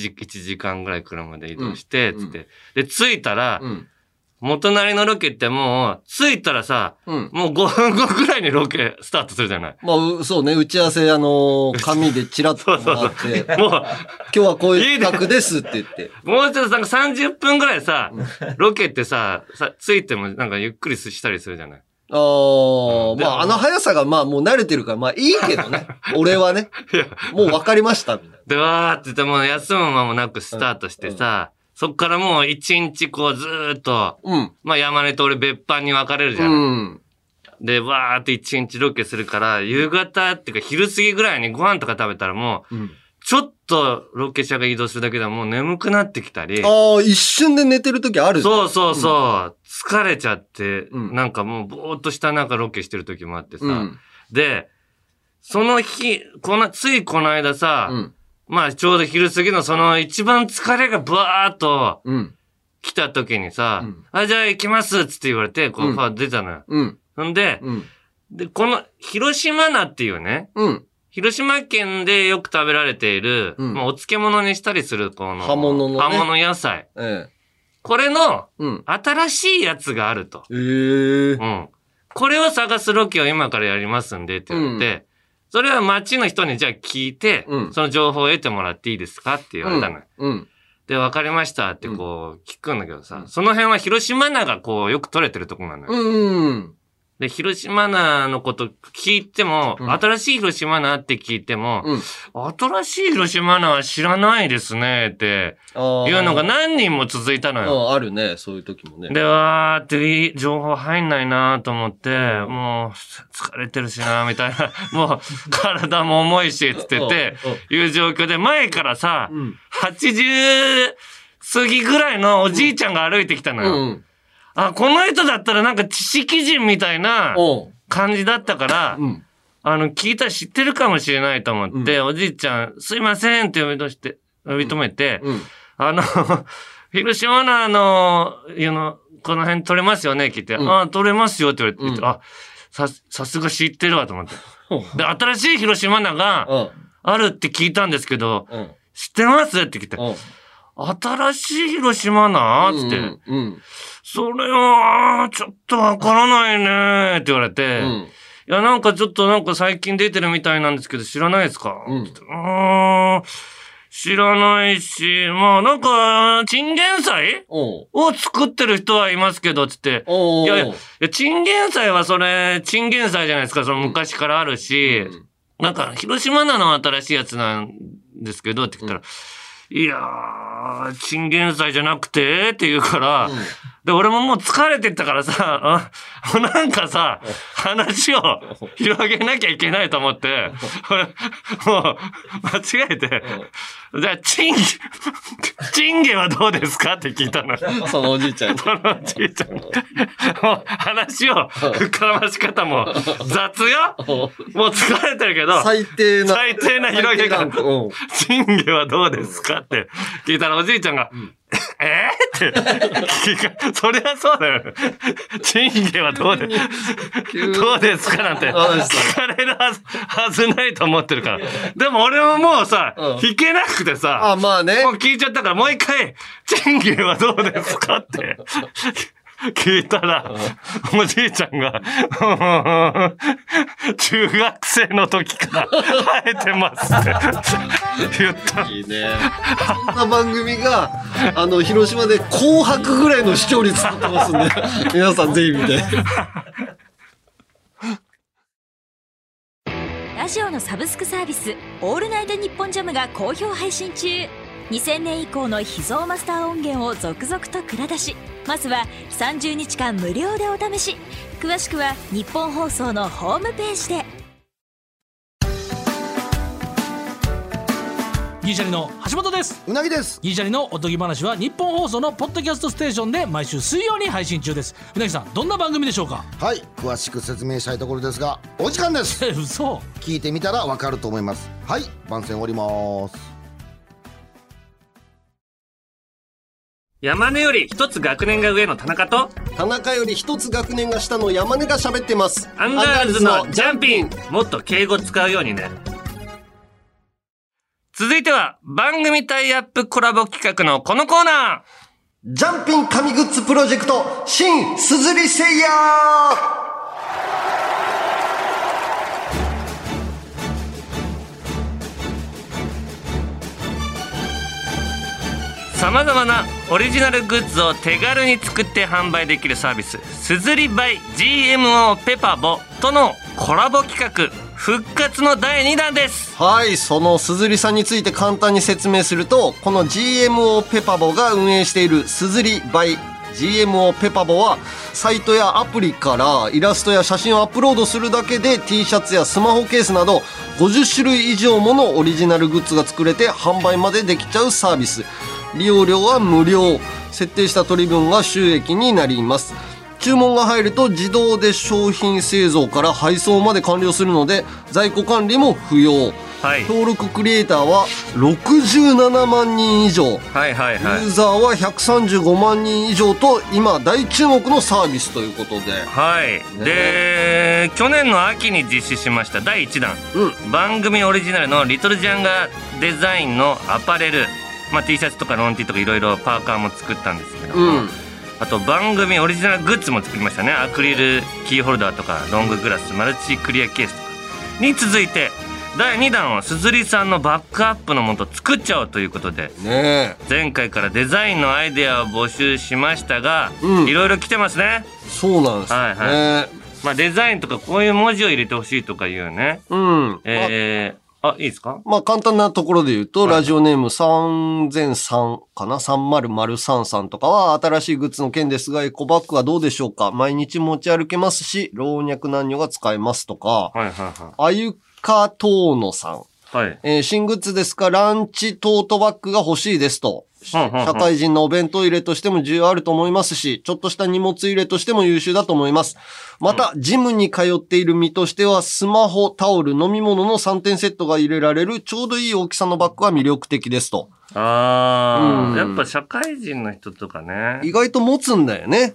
1時間ぐらい車で移動して、つって。で、着いたら、元なりのロケってもう、着いたらさ、もう5分後ぐらいにロケスタートするじゃない。 まあ、そうね、打ち合わせ、紙でチラッと回って、もう、今日はこういう企画ですって言って。 もうちょっとなんか30分ぐらいさ、ロケってさ、着いてもなんかゆっくりしたりするじゃない。 まあ、速さがまあもう慣れてるから、まあいいけどね。俺はね。もう分かりました、みたいな。 で、わーって言ってもう休む間もなくスタートしてさ、そっからもう一日こうずーっと、まあ山根と俺別班に分かれるじゃん。で、わーって一日ロケするから、夕方っていうか昼過ぎぐらいにご飯とか食べたらもう、ちょっとロケ車が移動するだけでもう眠くなってきたり。 一瞬で寝てる時ある。 そう。疲れちゃって、なんかもうぼーっとしたなんかロケしてる時もあってさ。で、その日、ついこの間さ、まあちょうど昼過ぎのその一番疲れがブワーっと来た時にさ、じゃあ行きますっつって言われて、こう、出たのよ。ほんで、この広島菜っていうね、広島県でよく食べられている、まあお漬物にしたりする、この、 葉物のね。 葉物野菜。これの、新しいやつがあると。これを探すロケを今からやりますんでって言われて、それは町の人にじゃあ聞いて、その情報を得てもらっていいですかって言われたのよ。で、わかりましたってこう聞くんだけどさ、その辺は広島菜がこうよく取れてるとこなのよ。で、広島菜のこと聞いても、新しい広島菜って聞いても、新しい広島菜は知らないですねっていうのが何人も続いたのよ。 あるね、そういう時もね。 で、わーって情報入んないなと思って、もう疲れてるしなみたいな、もう体も重いし、つってて、いう状況で、前からさ、80過ぎぐらいのおじいちゃんが歩いてきたのよ。 あ、この人だったらなんか知識人みたいな感じだったから、聞いたら知ってるかもしれないと思って、おじいちゃん、すいませんって呼び止めて、広島のこの辺取れますよね聞いて、あ、取れますよって言われて、あ、さすが知ってるわと思って。で、新しい広島菜があるって聞いたんですけど、知ってますって聞いて、新しい広島菜つって、それは、ちょっとわからないねって言われて、いや、なんかちょっとなんか最近出てるみたいなんですけど、知らないですか知らないし、まあなんか、チンゲン菜を作ってる人はいますけど、つって。いや、チンゲン菜はそれ、チンゲン菜じゃないですか、その昔からあるし、なんか、広島菜の新しいやつなんですけど、って言ったら、いやー、チンゲン菜じゃなくてって言うから、で、俺ももう疲れてったからさ、なんかさ、話を広げなきゃいけないと思って、俺、もう、間違えて、じゃあ、チンゲはどうですかって聞いたの。 そのおじいちゃん。 そのおじいちゃん。もう、話を膨らまし方も雑よ。もう疲れてるけど、 最低な広げ方。チンゲはどうですかって聞いたらおじいちゃんが、ってそりゃそうだよ。チンゲはどうですかなんて聞かれるはずないと思ってるから。でも俺ももうさ、弾けなくてさ、 まあね。 もう聞いちゃったからもう一回、チンゲはどうですかって聞いたら、おじいちゃんが、中学生の時から生えてますって言った。 いいね。そんな番組が、広島で紅白ぐらいの視聴率取ってますんで、皆さんぜひ見て。 ラジオのサブスクサービス、オールナイトニッポンジャムが好評配信中。2000年以降の秘蔵マスター音源を続々と蔵出し。まずは30日間無料でお試し。詳しくは日本放送のホームページで。 ギリシャリの橋本です。 うなぎです。 ギリシャリのおとぎ話は日本放送のポッドキャストステーションで毎週水曜に配信中です。うなぎさん、どんな番組でしょうか？ はい、詳しく説明したいところですが、お時間です。 嘘。 聞いてみたらわかると思います。はい、番宣終わります。 山根より一つ学年が上の田中と、 田中より一つ学年が下の山根が喋ってます。 アンガールズのジャンピン。もっと敬語使うようにね。続いては番組タイアップコラボ企画のこのコーナー。ジャンピン神グッズプロジェクト新すずりセイヤー。 様々なオリジナルグッズを手軽に作って販売できるサービス、すずり by GMO ペパボとのコラボ企画復活の第2弾です。 はい、そのすずりさんについて簡単に説明すると、この GMO ペパボが運営しているすずり by GMO ペパボはサイトやアプリからイラストや写真をアップロードするだけで T シャツやスマホケースなど50種類以上ものオリジナルグッズが作れて販売までできちゃうサービス。利用料は無料。設定した取り分が収益になります。注文が入ると自動で商品製造から配送まで完了するので在庫管理も不要。登録クリエイターは67万人以上、ユーザーは135万人以上と今大注目のサービスということで、 で去年の秋に実施しました第1弾、番組オリジナルのリトルジャンガデザインのアパレル、T シャツとかロンティとかいろいろパーカーも作ったんですけども、あと番組オリジナルグッズも作りましたね。アクリルキーホルダーとかロンググラス、マルチクリアケースとかに続いて第2弾はすずりさんのバックアップのもと作っちゃおうということで、前回からデザインのアイデアを募集しましたが、いろいろ来てますね。 そうなんですね。 デザインとかこういう文字を入れてほしいとかいうね。いいですか？ 簡単なところで言うと、ラジオネーム3003かな ?30033 とかは、新しいグッズの件ですが、エコバッグはどうでしょうか？毎日持ち歩けますし、老若男女が使えますとか、あゆかとうのさん。 はい。 新グッズですか、ランチトートバッグが欲しいですと。社会人のお弁当入れとしても需要あると思いますし、ちょっとした荷物入れとしても優秀だと思います。また、ジムに通っている身としては、スマホ、タオル、飲み物の3点セットが入れられるちょうどいい大きさのバッグは魅力的ですと。 やっぱ社会人の人とかね。 意外と持つんだよね。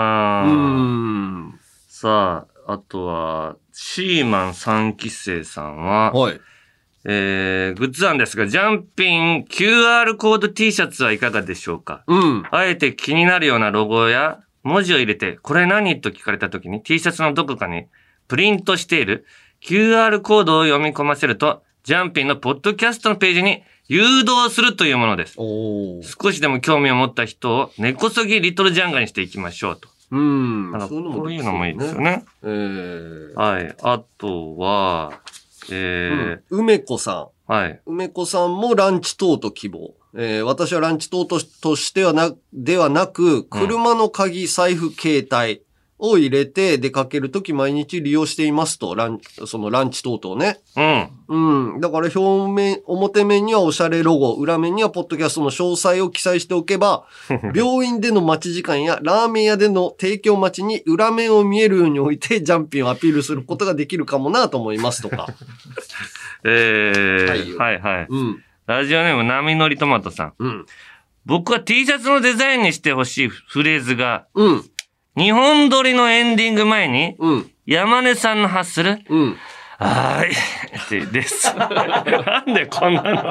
さあ、あとは、シーマン3期生さんは、 はい。 グッズ案ですが、ジャンピン QR コード T シャツはいかがでしょうか？あえて気になるようなロゴや文字を入れて、これ何と聞かれた時に T シャツのどこかにプリントしている QR コードを読み込ませると、ジャンピンのポッドキャストのページに誘導するというものです。少しでも興味を持った人を根こそぎリトルジャンガにしていきましょうと。なんかこういうのもいいですよね。はい。あとは、 梅子さん。はい。 梅子さんもランチトート希望。私はランチトートとしてはではなく、車の鍵、財布、携帯を入れて出かけるとき毎日利用していますと、そのランチトートをね。だから表面にはおしゃれロゴ、裏面にはポッドキャストの詳細を記載しておけば、病院での待ち時間やラーメン屋での提供待ちに裏面を見えるように置いてジャンピンをアピールすることができるかもなと思いますとか。 はい。ラジオネーム波乗りトマトさん。僕は T シャツのデザインにしてほしいフレーズが、日本撮りのエンディング前に、山根さんの発する、はーい。です。なんでこんなの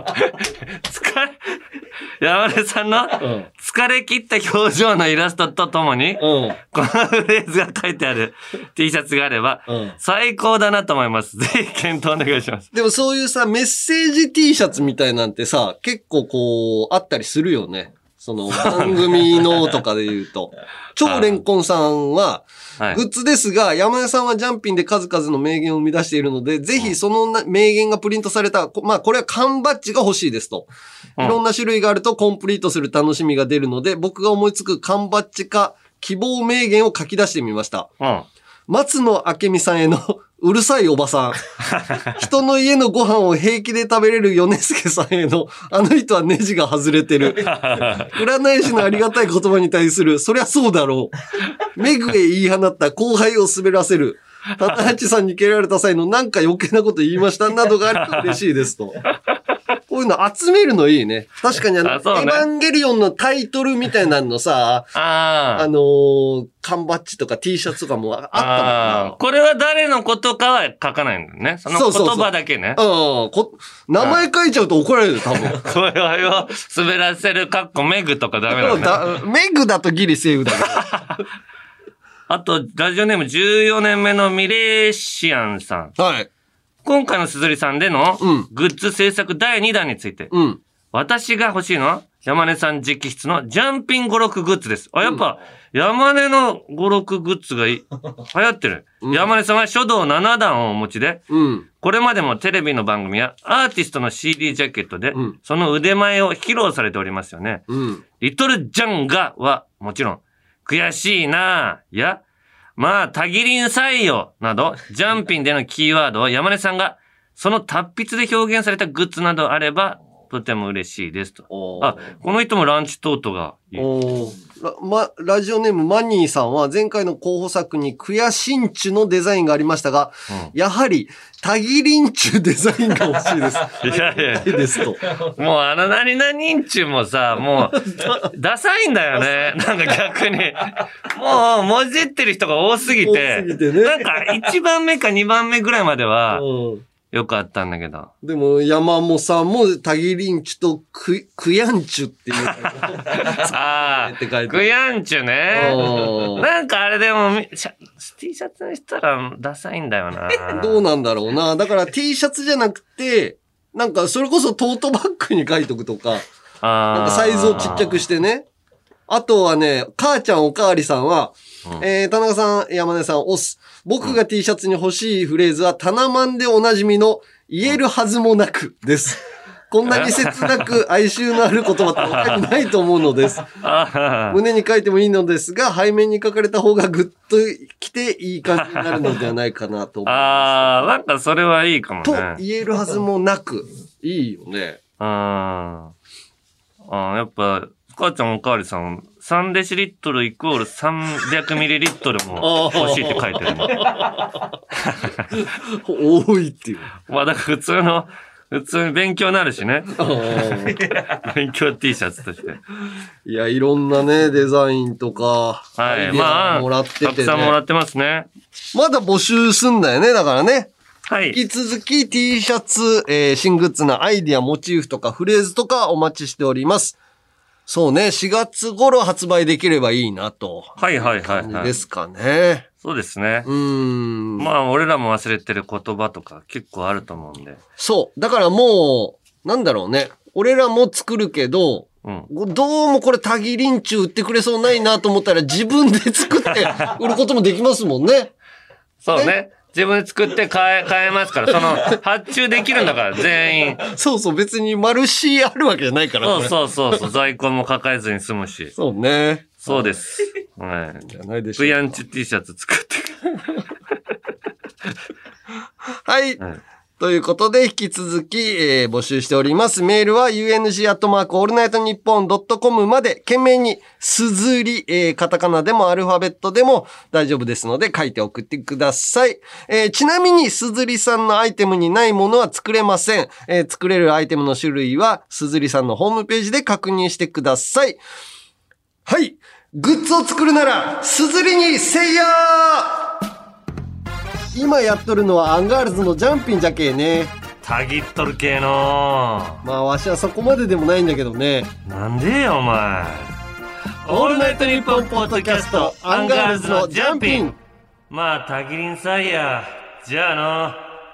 山根さんの疲れ切った表情のイラストとともに、このフレーズが書いてある T シャツがあれば、最高だなと思います。ぜひ検討お願いします。 でもそういうさ、メッセージ T シャツみたいなんてさ、結構こう、あったりするよね。その番組のとかで言うと。超レンコンさんは、グッズですが、山根さんはジャンピンで数々の名言を生み出しているので、ぜひその名言がプリントされた、これは缶バッジが欲しいですと。いろんな種類があるとコンプリートする楽しみが出るので、僕が思いつく缶バッジか希望名言を書き出してみました。松野明美さんへのうるさいおばさん。人の家のご飯を平気で食べれる米助さんへの、あの人はネジが外れてる。占い師のありがたい言葉に対する、そりゃそうだろう。メグへ言い放った後輩を滑らせる。タタハチさんに蹴られた際のなんか余計なこと言いましたなどがあると嬉しいですと。こういうの集めるのいいね。確かにエヴァンゲリオンのタイトルみたいなのさ、缶バッジとか T シャツとかもあったもんな。 これは誰のことかは書かないんだよね。その言葉だけね。 名前書いちゃうと怒られる、多分。 これを滑らせるメグとかダメだね。 メグだとギリセーフだけど。 あと、ラジオネーム14年目のミレーシアンさん。 はい。 今回のすずりさんでのグッズ制作第2弾について。私が欲しいのは山根さん直筆のジャンピン語録グッズです。やっぱ山根の語録グッズが流行ってる。山根さんは書道7段をお持ちで、これまでもテレビの番組やアーティストの CD ジャケットで、その腕前を披露されておりますよね。リトルジャンガはもちろん、悔しいなぁ、や、まあ、たぎりんさいよ、など、ジャンピンでのキーワードを山根さんが、その達筆で表現されたグッズなどあれば、とても嬉しいですと。この人もランチトートがいい。 ラジオネームマニーさんは前回の候補作にクヤシンチュのデザインがありましたが、やはりタギリンチュデザインが欲しいです。 いやですと。 もう何々チュもさ、もう、ダサいんだよね。なんか逆に。もう、もじってる人が多すぎて。なんか1番目か2番目ぐらいまでは、よくあったんだけど。 でも、山本さんも、タギリンチュとクヤンチュっていう。 クヤンチュね。なんかあれでも、T シャツにしたらダサいんだよな。 どうなんだろうな。だから T シャツじゃなくて、なんかそれこそトートバッグに書いとくとか、なんかサイズをちっちゃくしてね。あとはね、母ちゃんおかわりさんは、田中さん、山根さん、押す。僕が T シャツに欲しいフレーズは、タナマンでおなじみの、言えるはずもなくです。 こんなに切なく哀愁のある言葉って他にないと思うのです。胸に書いてもいいのですが、背面に書かれた方がグッときていい感じになるのではないかなと思います。 なんかそれはいいかもね。 と言えるはずもなく、いいよね。 やっぱ、母ちゃんおかわりさん、3デシリットルイコール300ミリリットルも欲しいって書いてるの。 多いっていう。 まあだから普通に勉強になるしね。勉強 T シャツとして。 いや、いろんなね、デザインとか、 はい、まあ、 もらってて、ね、 たくさんもらってますね。 まだ募集すんだよね、だからね。 はい。 引き続き T シャツ、新グッズなアイディア、モチーフとかフレーズとかお待ちしております。そうね、4月頃発売できればいいなと。 はいはいはい、はい。 ですかね。 そうですね。まあ、俺らも忘れてる言葉とか結構あると思うんで。 そう。だからもう、なんだろうね。俺らも作るけど、どうもこれタギリンチュ売ってくれそうないなと思ったら自分で作って売ることもできますもんね。 そうね。自分で作って買えますから、発注できるんだから、全員。 そうそう、別にマルシーあるわけじゃないから。 そう、在庫も抱えずに済むし。 そうね。 そうです。はい。 じゃないでしょう。 ブヤンチ T シャツ作って。 はい。ということで、引き続き、募集しております。メールは UNG@allnightnippon.com まで、懸命に、すずり、カタカナでもアルファベットでも大丈夫ですので、書いて送ってください。ちなみに、すずりさんのアイテムにないものは作れません。作れるアイテムの種類は、すずりさんのホームページで確認してください。はい。グッズを作るなら、すずりにせいやー！今やっとるのはアンガールズのジャンピンじゃけえね。 たぎっとるけえのまあわしはそこまででもないんだけどね。 なんでよお前。オールナイトニッポンポッドキャストアンガールズのジャンピン。まあたぎりんさいや。じゃあの。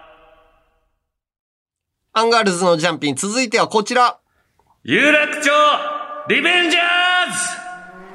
アンガールズのジャンピン、続いてはこちら。 有楽町リベンジャーズ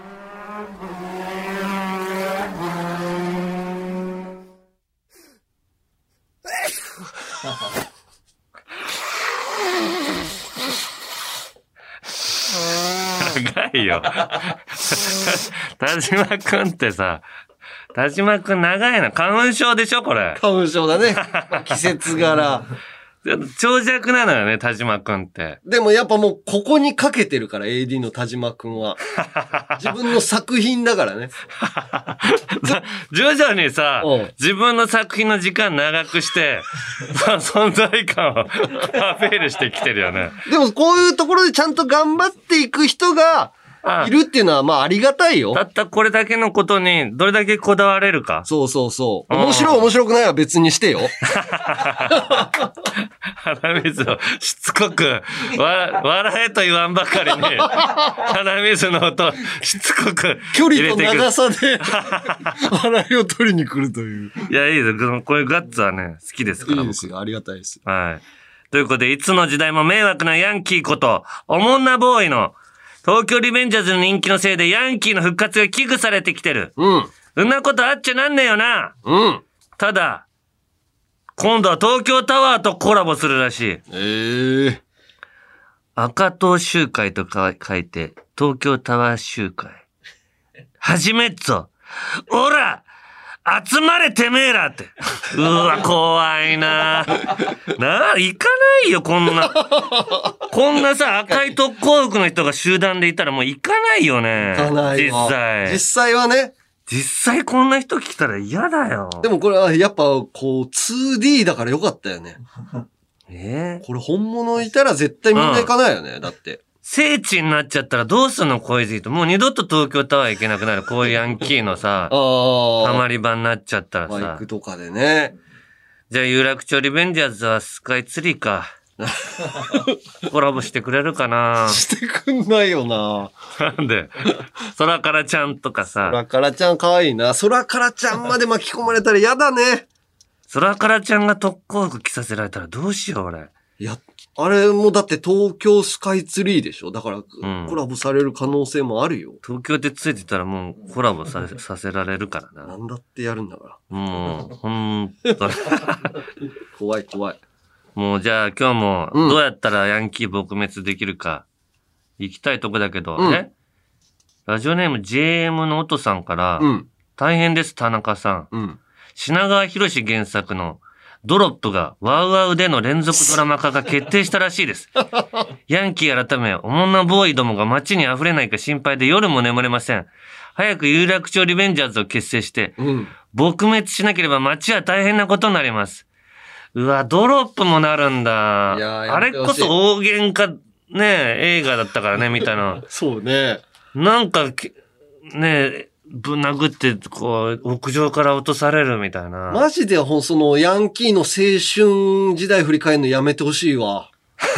長いよ。田島くんってさ、田島くん長いな。花粉症でしょこれ。 花粉症だね。季節柄。 長尺なのよね、田島くんって。 でもやっぱもうここにかけてるから、AD の田島くんは。自分の作品だからね。 徐々にさ、自分の作品の時間長くして、存在感をアピールしてきてるよね。 でもこういうところでちゃんと頑張っていく人が、いるっていうのはまあありがたいよ。 たったこれだけのことにどれだけこだわれるか。 そうそうそう。面白い面白くないは別にしてよ。 鼻水をしつこく、笑えと言わんばかりに、鼻水の音をしつこく距離と長さで笑いを取りに来るという。 いや、いいです。こういうガッツはね、好きですから。 いいですよ。ありがたいです。 はい。ということで、いつの時代も迷惑なヤンキーこと、おもんなボーイの、東京リベンジャーズの人気のせいでヤンキーの復活が危惧されてきてる。そんなことあっちゃなんねえよな。ただ、今度は東京タワーとコラボするらしい。赤党集会とか書いて、東京タワー集会。はじめっぞ。おら集まれてめえらって。うわ、怖いな。行かないよ、こんな。こんなさ、赤い特攻服の人が集団でいたらもう行かないよね。 行かないよ。 実際。 実際はね。 実際こんな人来たら嫌だよ。 でもこれはやっぱこう 2D だからよかったよね。これ本物いたら絶対みんな行かないよね。だって。 聖地になっちゃったらどうすんのこいつと。もう二度と東京タワー行けなくなる。こういうヤンキーのさ、たまり場になっちゃったらさ。 バイクとかでね。 じゃあ有楽町リベンジャーズはスカイツリーか。コラボしてくれるかな。 してくんないよな。 なんで空からちゃんとかさ。 空からちゃんかわいいな。空からちゃんまで巻き込まれたら嫌だね。 空からちゃんが特攻服着させられたらどうしよう俺。 いや、あれもだって東京スカイツリーでしょ。だから、コラボされる可能性もあるよ。 東京でついてたらもうコラボさせられるからな。 なんだってやるんだから。 もう、ほんと。 怖い怖い。 もうじゃあ今日もどうやったらヤンキー撲滅できるか行きたいとこだけど、ラジオネーム JM の音さんから、大変です田中さん。品川博士原作のドロップがワウワウでの連続ドラマ化が決定したらしいです。ヤンキー改め、おもんなボーイどもが街に溢れないか心配で夜も眠れません。早く有楽町リベンジャーズを結成して、撲滅しなければ街は大変なことになります。うわ、ドロップもなるんだ。あれこそ大喧嘩ね、映画だったからね、みたいな。 そうね。 なんか、ね、ぶん殴って、こう、屋上から落とされるみたいな。 マジでそのヤンキーの青春時代振り返るのやめてほしいわ。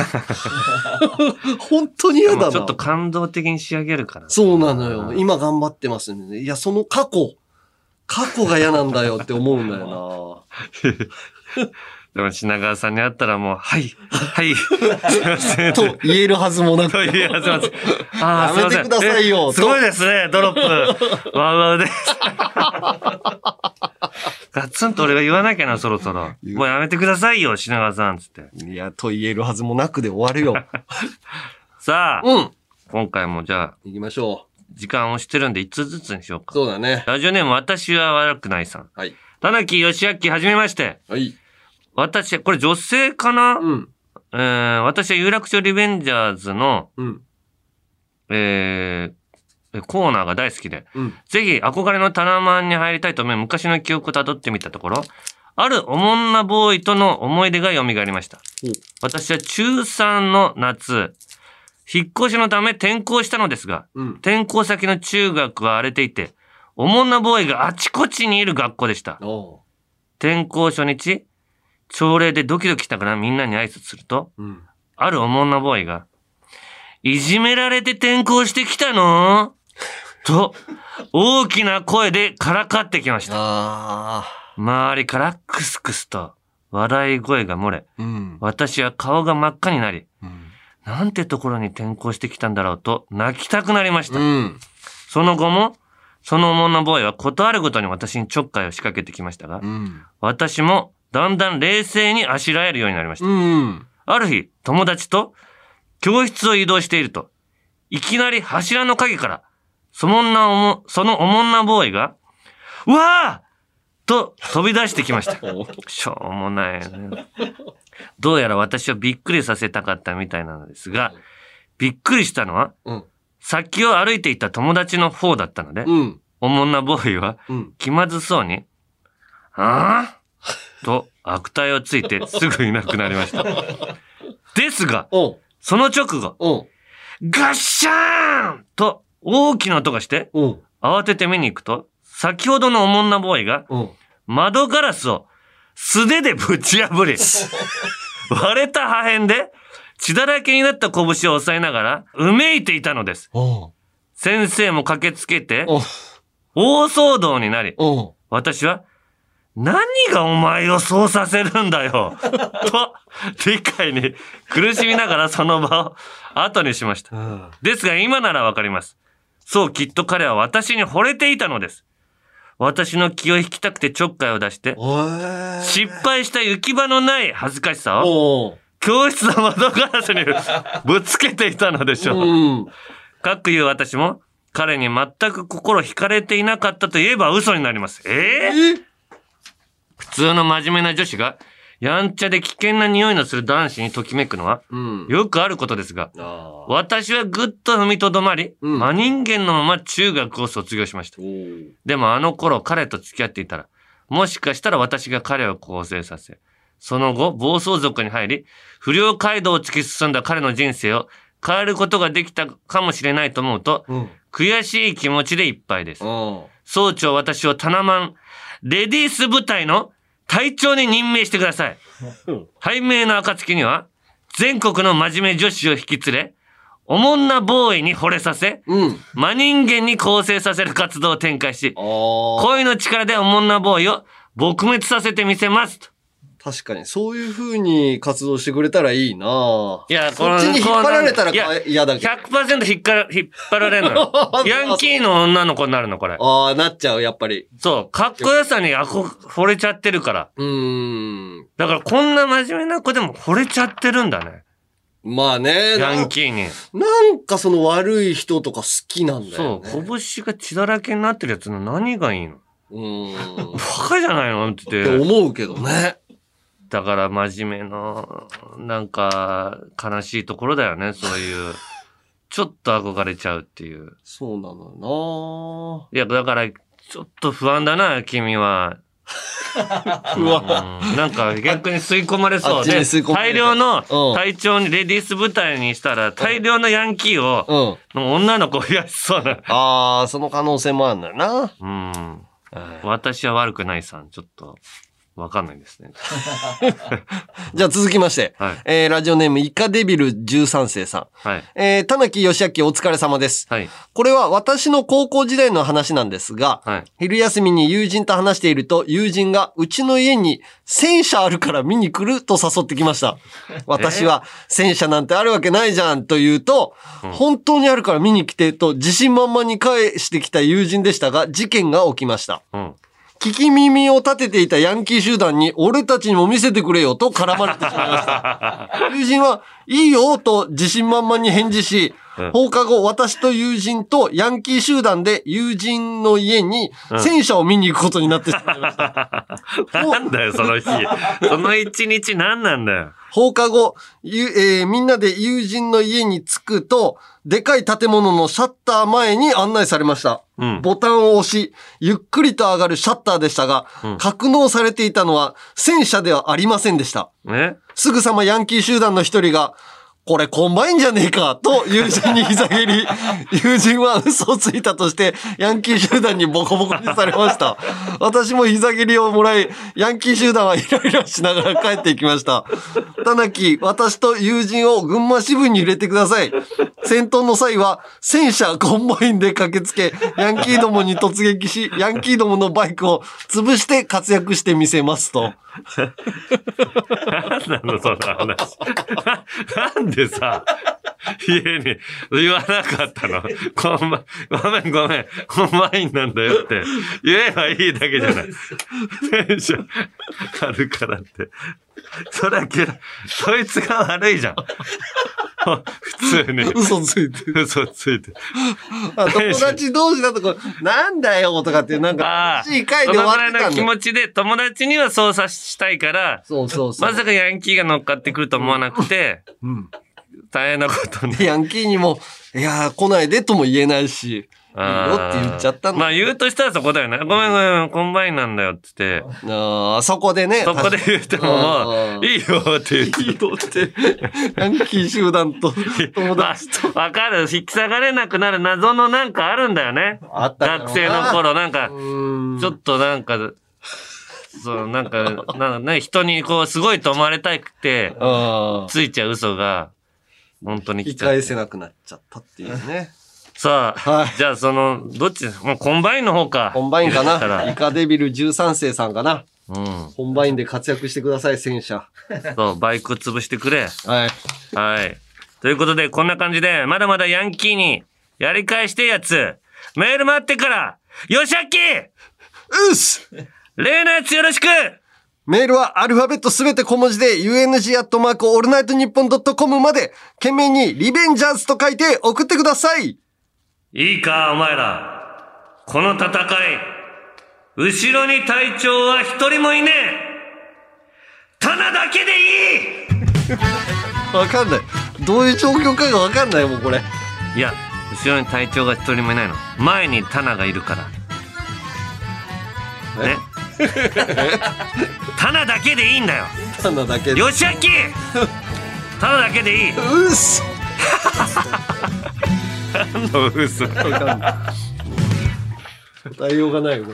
本当に嫌だな。 ちょっと感動的に仕上げるから。 そうなのよ。今頑張ってますね。いや、その過去が嫌なんだよって思うんだよな。 でも品川さんに会ったらもう、はい、すいません。 と言えるはずもなく。 と言えるはずもなく。 やめてくださいよ。 すごいですね、ドロップ。ワウワウです。ガツンと俺が言わなきゃな、そろそろ。もうやめてくださいよ、品川さん、つって。 いや、と言えるはずもなくで終わるよ。 さあ、今回もじゃあ、 行きましょう。時間をしてるんで5つずつにしようか。 そうだね。 ラジオネーム、私は悪くないさん。 はい。 田中義明、はじめまして。 はい。 私、これ女性かな？私は有楽町リベンジャーズの、コーナーが大好きで、ぜひ憧れのタナマンに入りたいと思い昔の記憶を辿ってみたところ、あるおもんなボーイとの思い出が蘇りました。私は中3の夏、引っ越しのため転校したのですが、転校先の中学は荒れていて、おもんなボーイがあちこちにいる学校でした。転校初日、朝礼でドキドキしたからみんなに挨拶すると、あるおもんなボーイが、いじめられて転校してきたのと、大きな声でからかってきました。周りからクスクスと笑い声が漏れ、私は顔が真っ赤になり、なんてところに転校してきたんだろうと泣きたくなりました。その後も、そのおもんなボーイはことあるごとに私にちょっかいを仕掛けてきましたが、私もだんだん冷静にあしらえるようになりました。ある日、友達と教室を移動していると、いきなり柱の陰から、そのおもんなボーイが、うわーと飛び出してきました。しょうもないね。どうやら私をびっくりさせたかったみたいなのですが、びっくりしたのは、先を歩いていた友達の方だったので、おもんなボーイは気まずそうに、と悪態をついてすぐいなくなりました。ですが、その直後、ガッシャーンと大きな音がして、慌てて見に行くと、先ほどのおもんなボーイが、窓ガラスを素手でぶち破り、割れた破片で血だらけになった拳を押さえながら、うめいていたのです。先生も駆けつけて、大騒動になり、私は、何がお前をそうさせるんだよと、理解に苦しみながらその場を後にしました。ですが今ならわかります。そう、きっと彼は私に惚れていたのです。私の気を引きたくてちょっかいを出して、失敗した行き場のない恥ずかしさを、教室の窓ガラスにぶつけていたのでしょう。かくいう私も、彼に全く心惹かれていなかったと言えば嘘になります。普通の真面目な女子が、やんちゃで危険な匂いのする男子にときめくのは、よくあることですが、私はぐっと踏みとどまり、真人間のまま中学を卒業しました。でもあの頃彼と付き合っていたら、もしかしたら私が彼を更生させ、その後暴走族に入り、不良街道を突き進んだ彼の人生を変えることができたかもしれないと思うと、悔しい気持ちでいっぱいです。総長私をタナマン、レディース部隊の隊長に任命してください。拝命の暁には、全国の真面目女子を引き連れ、おもんなボーイに惚れさせ、真人間に更生させる活動を展開し、恋の力でおもんなボーイを撲滅させてみせます。 確かに、そういう風に活動してくれたらいいないや、 こっちに引っ張られたら嫌だけど。 100% 引っ張られるのよ。ヤンキーの女の子になるの、これ。 ああ、なっちゃう、やっぱり。 そう、かっこよさに惚れちゃってるから。だからこんな真面目な子でも惚れちゃってるんだね。 まあね。 ヤンキーに。 なんかその悪い人とか好きなんだよね。 そう、拳が血だらけになってるやつの何がいいの？バカじゃないのって。 って思うけどね。 だから真面目な、なんか悲しいところだよね、そういう。ちょっと憧れちゃうっていう。 そうなのよな。いや、だから、ちょっと不安だな、君は。 不安。 なんか逆に吸い込まれそうで、大量の隊長にレディース部隊にしたら、大量のヤンキーを、女の子を増やしそうな。 ああ、その可能性もあるんだよな。 私は悪くないさん、ちょっと。わかんないですね。 じゃあ続きまして、ラジオネームイカデビル13世さん。田中義明お疲れ様です。これは私の高校時代の話なんですが、昼休みに友人と話していると、友人がうちの家に戦車あるから見に来ると誘ってきました。私は戦車なんてあるわけないじゃんと言うと、本当にあるから見に来てと自信満々に返してきた友人でしたが、事件が起きました。聞き耳を立てていたヤンキー集団に俺たちにも見せてくれよと絡まれてしまいました。友人はいいよと自信満々に返事し、放課後私と友人とヤンキー集団で友人の家に戦車を見に行くことになってしまいました。 なんだよその日。その一日何なんだよ。 放課後、みんなで友人の家に着くと、でかい建物のシャッター前に案内されました。ボタンを押し、ゆっくりと上がるシャッターでしたが、格納されていたのは戦車ではありませんでした。すぐさまヤンキー集団の一人が、これコンバインじゃねえかと友人に膝蹴り、友人は嘘をついたとしてヤンキー集団にボコボコにされました。私も膝蹴りをもらい、ヤンキー集団はイライラしながら帰っていきました。田中、私と友人を群馬支部に入れてください。戦闘の際は戦車コンバインで駆けつけ、ヤンキーどもに突撃し、ヤンキーどものバイクを潰して活躍してみせますと。 何なのその話。なんでさ、家に言わなかったの？ごめん、コンバインなんだよって言えばいいだけじゃない。テンションあるからって。そいつが悪いじゃん。普通に。 嘘ついて。友達同士だとなんだよとかってなんか、欲しい回で終わってたんだよ。そのぐらいの気持ちで友達には操作したいから、まさかヤンキーが乗っかってくると思わなくて、大変なことに。 ヤンキーにも、いや来ないでとも言えないし、いいよって言っちゃったんだ。 まあ言うとしたらそこだよね。ごめん、コンバインなんだよって言って。 そこでね。 そこで言っても、いいよって言って。 いいよって。ヤンキー集団と友達と。 わかる。引き下がれなくなる謎のなんかあるんだよね。学生の頃なんか、ちょっとなんか、そう、なんかね、人にこう、すごいと思われたくて、ついちゃう嘘が、本当に来ちゃう。引き返せなくなっちゃったっていうね。 さあ、じゃあどっちもうコンバインの方か。 コンバインかな。イカデビル13世さんかな。コンバインで活躍してください、戦車。 そう、バイク潰してくれ。 はい。 ということで、こんな感じで、まだまだヤンキーにやり返してやつ、メール待ってから、よしあき例のやつよろしくメールはアルファベットすべて小文字で UNG@allnightnippon.com まで懸命にリベンジャーズと書いて送ってください。 いいかお前ら、この戦い後ろに隊長は一人もいねえ。棚だけでいいわかんない。どういう状況かがわかんないもんこれ。 いや、後ろに隊長が一人もいないの。前に棚がいるからね。棚だけでいいんだよ。 棚だけで。 よしあき棚だけでいい。 うっす何の嘘。 対応がないよこれ。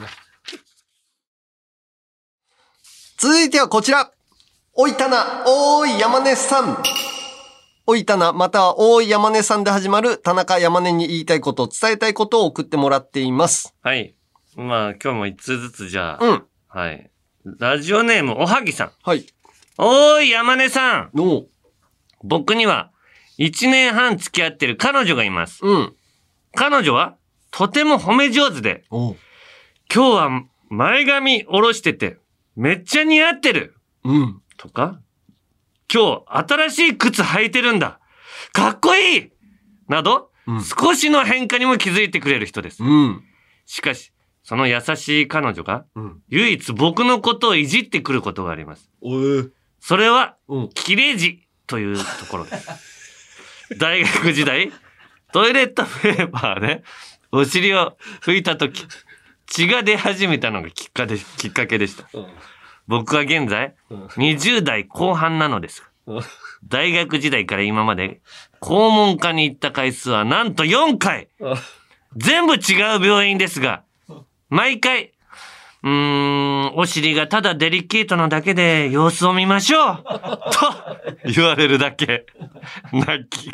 続いてはこちら。おいたな、おーい山根さん。おいたな、またはおーい山根さんで始まる田中山根に言いたいこと、伝えたいことを送ってもらっています。 はい。まあ今日も一通ずつじゃあ。はい。ラジオネームおはぎさん。 はい。 おーい、山根さん。 の僕には、1年半付き合ってる彼女がいます。 うん。 彼女は、とても褒め上手で、今日は前髪下ろしてて、めっちゃ似合ってる。 うん。 とか、今日新しい靴履いてるんだ。かっこいいなど、少しの変化にも気づいてくれる人です。 うん。 しかし、その優しい彼女が、唯一僕のことをいじってくることがあります。それは、切れ字というところです。大学時代、トイレットペーパーでお尻を拭いたとき、血が出始めたのがきっかけでした。僕は現在、20代後半なのです。大学時代から今まで、肛門科に行った回数はなんと4回。全部違う病院ですが、毎回、お尻がただデリケートなだけで様子を見ましょうと言われるだけ。泣き。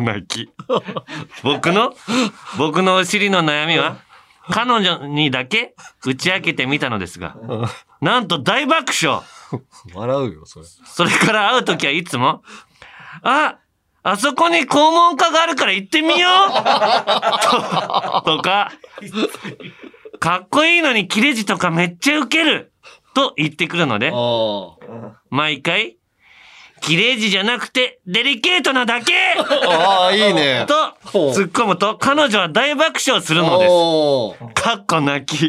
僕のお尻の悩みは、彼女にだけ打ち明けてみたのですが、なんと大爆笑。 笑うよ、それ。 それから会うときはいつも、あそこに肛門科があるから行ってみようとか、かっこいいのに切れ字とかめっちゃウケると言ってくるので、毎回、切れ字じゃなくてデリケートなだけいいね。 と突っ込むと彼女は大爆笑するのです。泣き。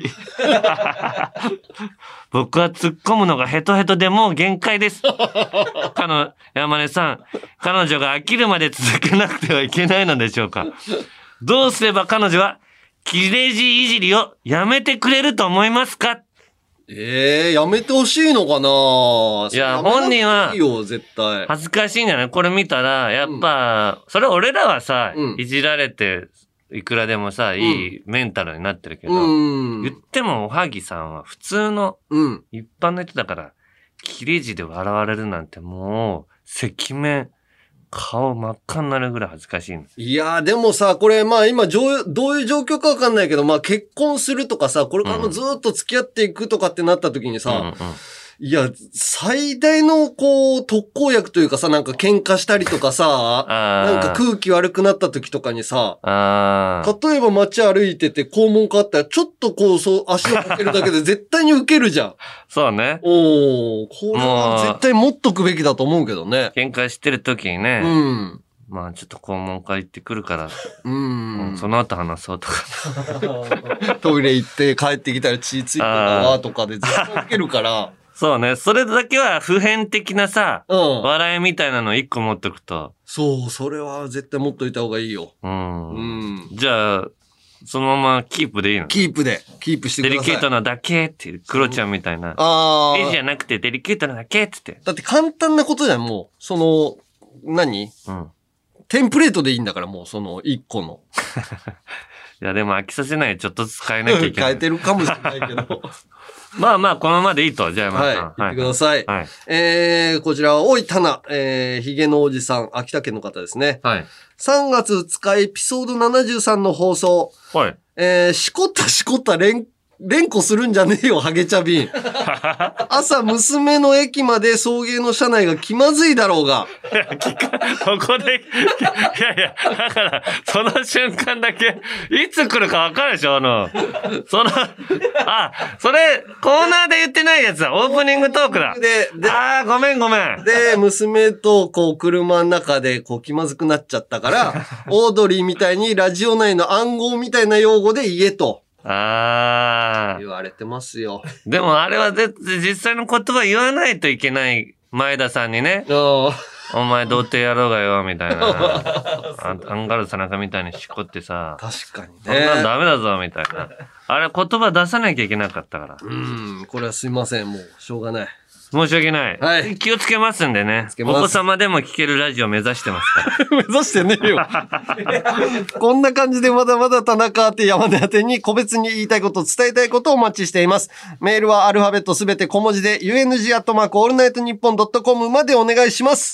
僕は突っ込むのがヘトヘトでもう限界です。山根さん、彼女が飽きるまで続けなくてはいけないのでしょうか。どうすれば彼女は切れ字いじりをやめてくれると思いますか？ やめてほしいのかな。 いや、本人は、 絶対。 恥ずかしいんじゃない？これ見たら、やっぱ、それ俺らはさ、いじられて、いくらでもさ、いいメンタルになってるけど、言ってもおはぎさんは普通の、一般の人だから、切れ字で笑われるなんてもう、赤面、顔真っ赤になるぐらい恥ずかしい。 いやーでもさ、これ今どういう状況かわかんないけど、結婚するとかさ、これからもずっと付き合っていくとかってなった時にさ、いや、最大の特効薬というかさ、なんか喧嘩したりとかさ、なんか空気悪くなった時とかにさ、例えば街歩いてて肛門科あったら、ちょっと足をかけるだけで絶対にウケるじゃん。 そうね。 これは絶対持っとくべきだと思うけどね。 喧嘩してる時にね。まあちょっと肛門科行ってくるから、その後話そうとか。 トイレ行って帰ってきたら血ついてたわとかで絶対ウケるから。 そうね。それだけは普遍的なさ、笑いみたいなの一個持っとくと。 そう、それは絶対持っといた方がいいよ。 じゃあ、そのままキープでいいの？ キープしてください。 デリケートなだけっていう、クロちゃんみたいな。絵じゃなくてデリケートなだけって言って。 だって簡単なことじゃん、もう。テンプレートでいいんだから、もう一個の。 いや、でも飽きさせないでちょっとずつ変えなきゃいけない。 変えてるかもしれないけど。 まあまあ、このままでいいと。じゃあ、まあ、 言ってください。こちらは、おいたな、ヒゲのおじさん、秋田県の方ですね。3月2日エピソード73の放送。しこった連呼するんじゃねえよ、ハゲチャビン。朝、娘の駅まで送迎の車内が気まずいだろうが。 ここで、だから、その瞬間だけ、いつ来るか分かるでしょそれ、コーナーで言ってないやつだ。オープニングトークだ。ごめん。 で、娘と、車の中で、気まずくなっちゃったから、オードリーみたいにラジオ内の暗号みたいな用語で言えと。言われてますよ。 でもあれは実際の言葉言わないといけない前田さんにね。お前童貞やろうがよ、みたいな。アンガールズ田中みたいにしこってさ。 確かにね。 そんなんダメだぞ、みたいな。あれ言葉出さなきゃいけなかったから。 これはすいません、もうしょうがない。 申し訳ない。気をつけますんでね。お子様でも聞けるラジオ目指してますから。 目指してねえよ。こんな感じでまだまだ田中って山根宛てに個別に言いたいこと、伝えたいことをお待ちしています。メールはアルファベットすべて小文字で UNG@allnightnippon.com までお願いします。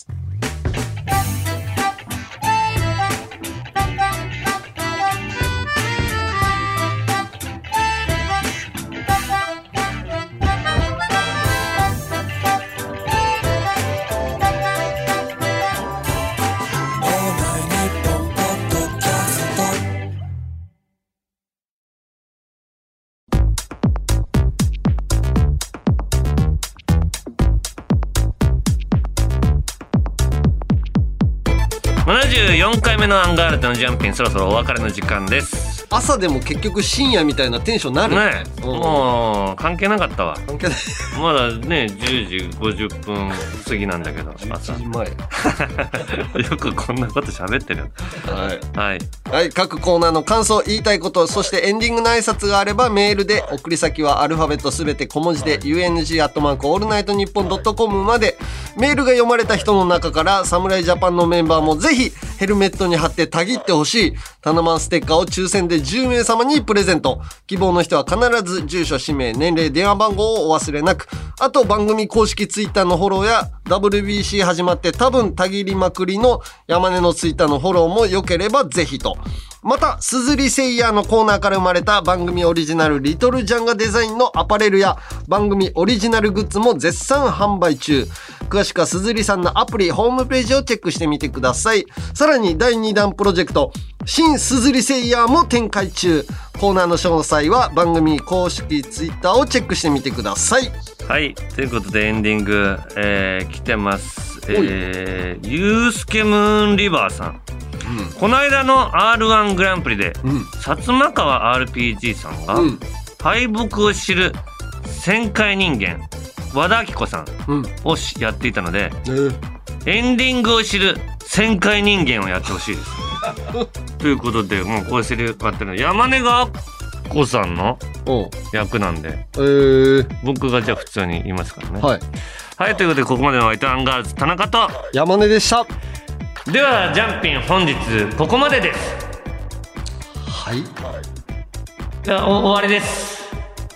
4回目のアンガールズのジャンピン、そろそろお別れの時間です。 朝でも結局深夜みたいなテンションになるね。もう関係なかったわ。 関係ない。 まだね10時50分過ぎなんだけど、朝 11時前よくこんなこと喋ってるよ。はい、 はい、各コーナーの感想、言いたいこと、そしてエンディングの挨拶があればメールで、送り先はアルファベットすべて小文字で UNG@allnightnippon.com まで。メールが読まれた人の中から侍ジャパンのメンバーもぜひヘルメットに貼ってたぎってほしいタナマンステッカーを抽選で10名様にプレゼント。希望の人は必ず住所、氏名、年齢、電話番号をお忘れなく。あと番組公式ツイッターのフォローや WBC 始まって多分たぎりまくりの山根のツイッターのフォローも良ければぜひと。またすずりセイヤーのコーナーから生まれた番組オリジナルリトルジャンガデザインのアパレルや番組オリジナルグッズも絶賛販売中。詳しくはすずりさんのアプリ、ホームページをチェックしてみてください。さらに第2弾プロジェクト新すずりセイヤーも展開中。コーナーの詳細は番組公式ツイッターをチェックしてみてください。 はい、ということでエンディング、来てます。ユースケムーンリバーさん、この間の R1 グランプリで、薩摩川 RPG さんが、敗北を知る旋回人間和田アキ子さんをやっていたので、エンディングを知る旋回人間をやってほしいですということで、もうこういうセリフがあってるの山根がアッコさんの役なんで、僕がじゃあ普通に言いますからね。はい、ということでここまでのお相手はアンガールズ田中と山根でした。 ではジャンピン本日ここまでです。 はい、いや終わりです。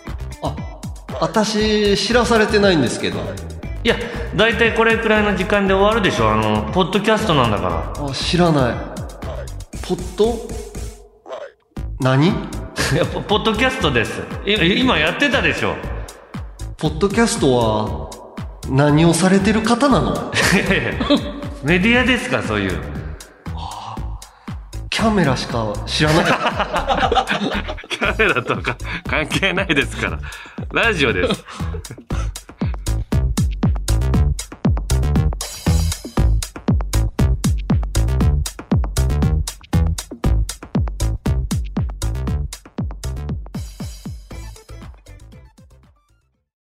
私知らされてないんですけど。 いやだいたいこれくらいの時間で終わるでしょ。ポッドキャストなんだから。 知らない。ポッド何？ いやポッドキャストです。今やってたでしょ。 ポッドキャストは何をされてる方なの？ メディアですか、そういう。 キャメラしか知らない。 キャメラとか関係ないですから。ラジオです。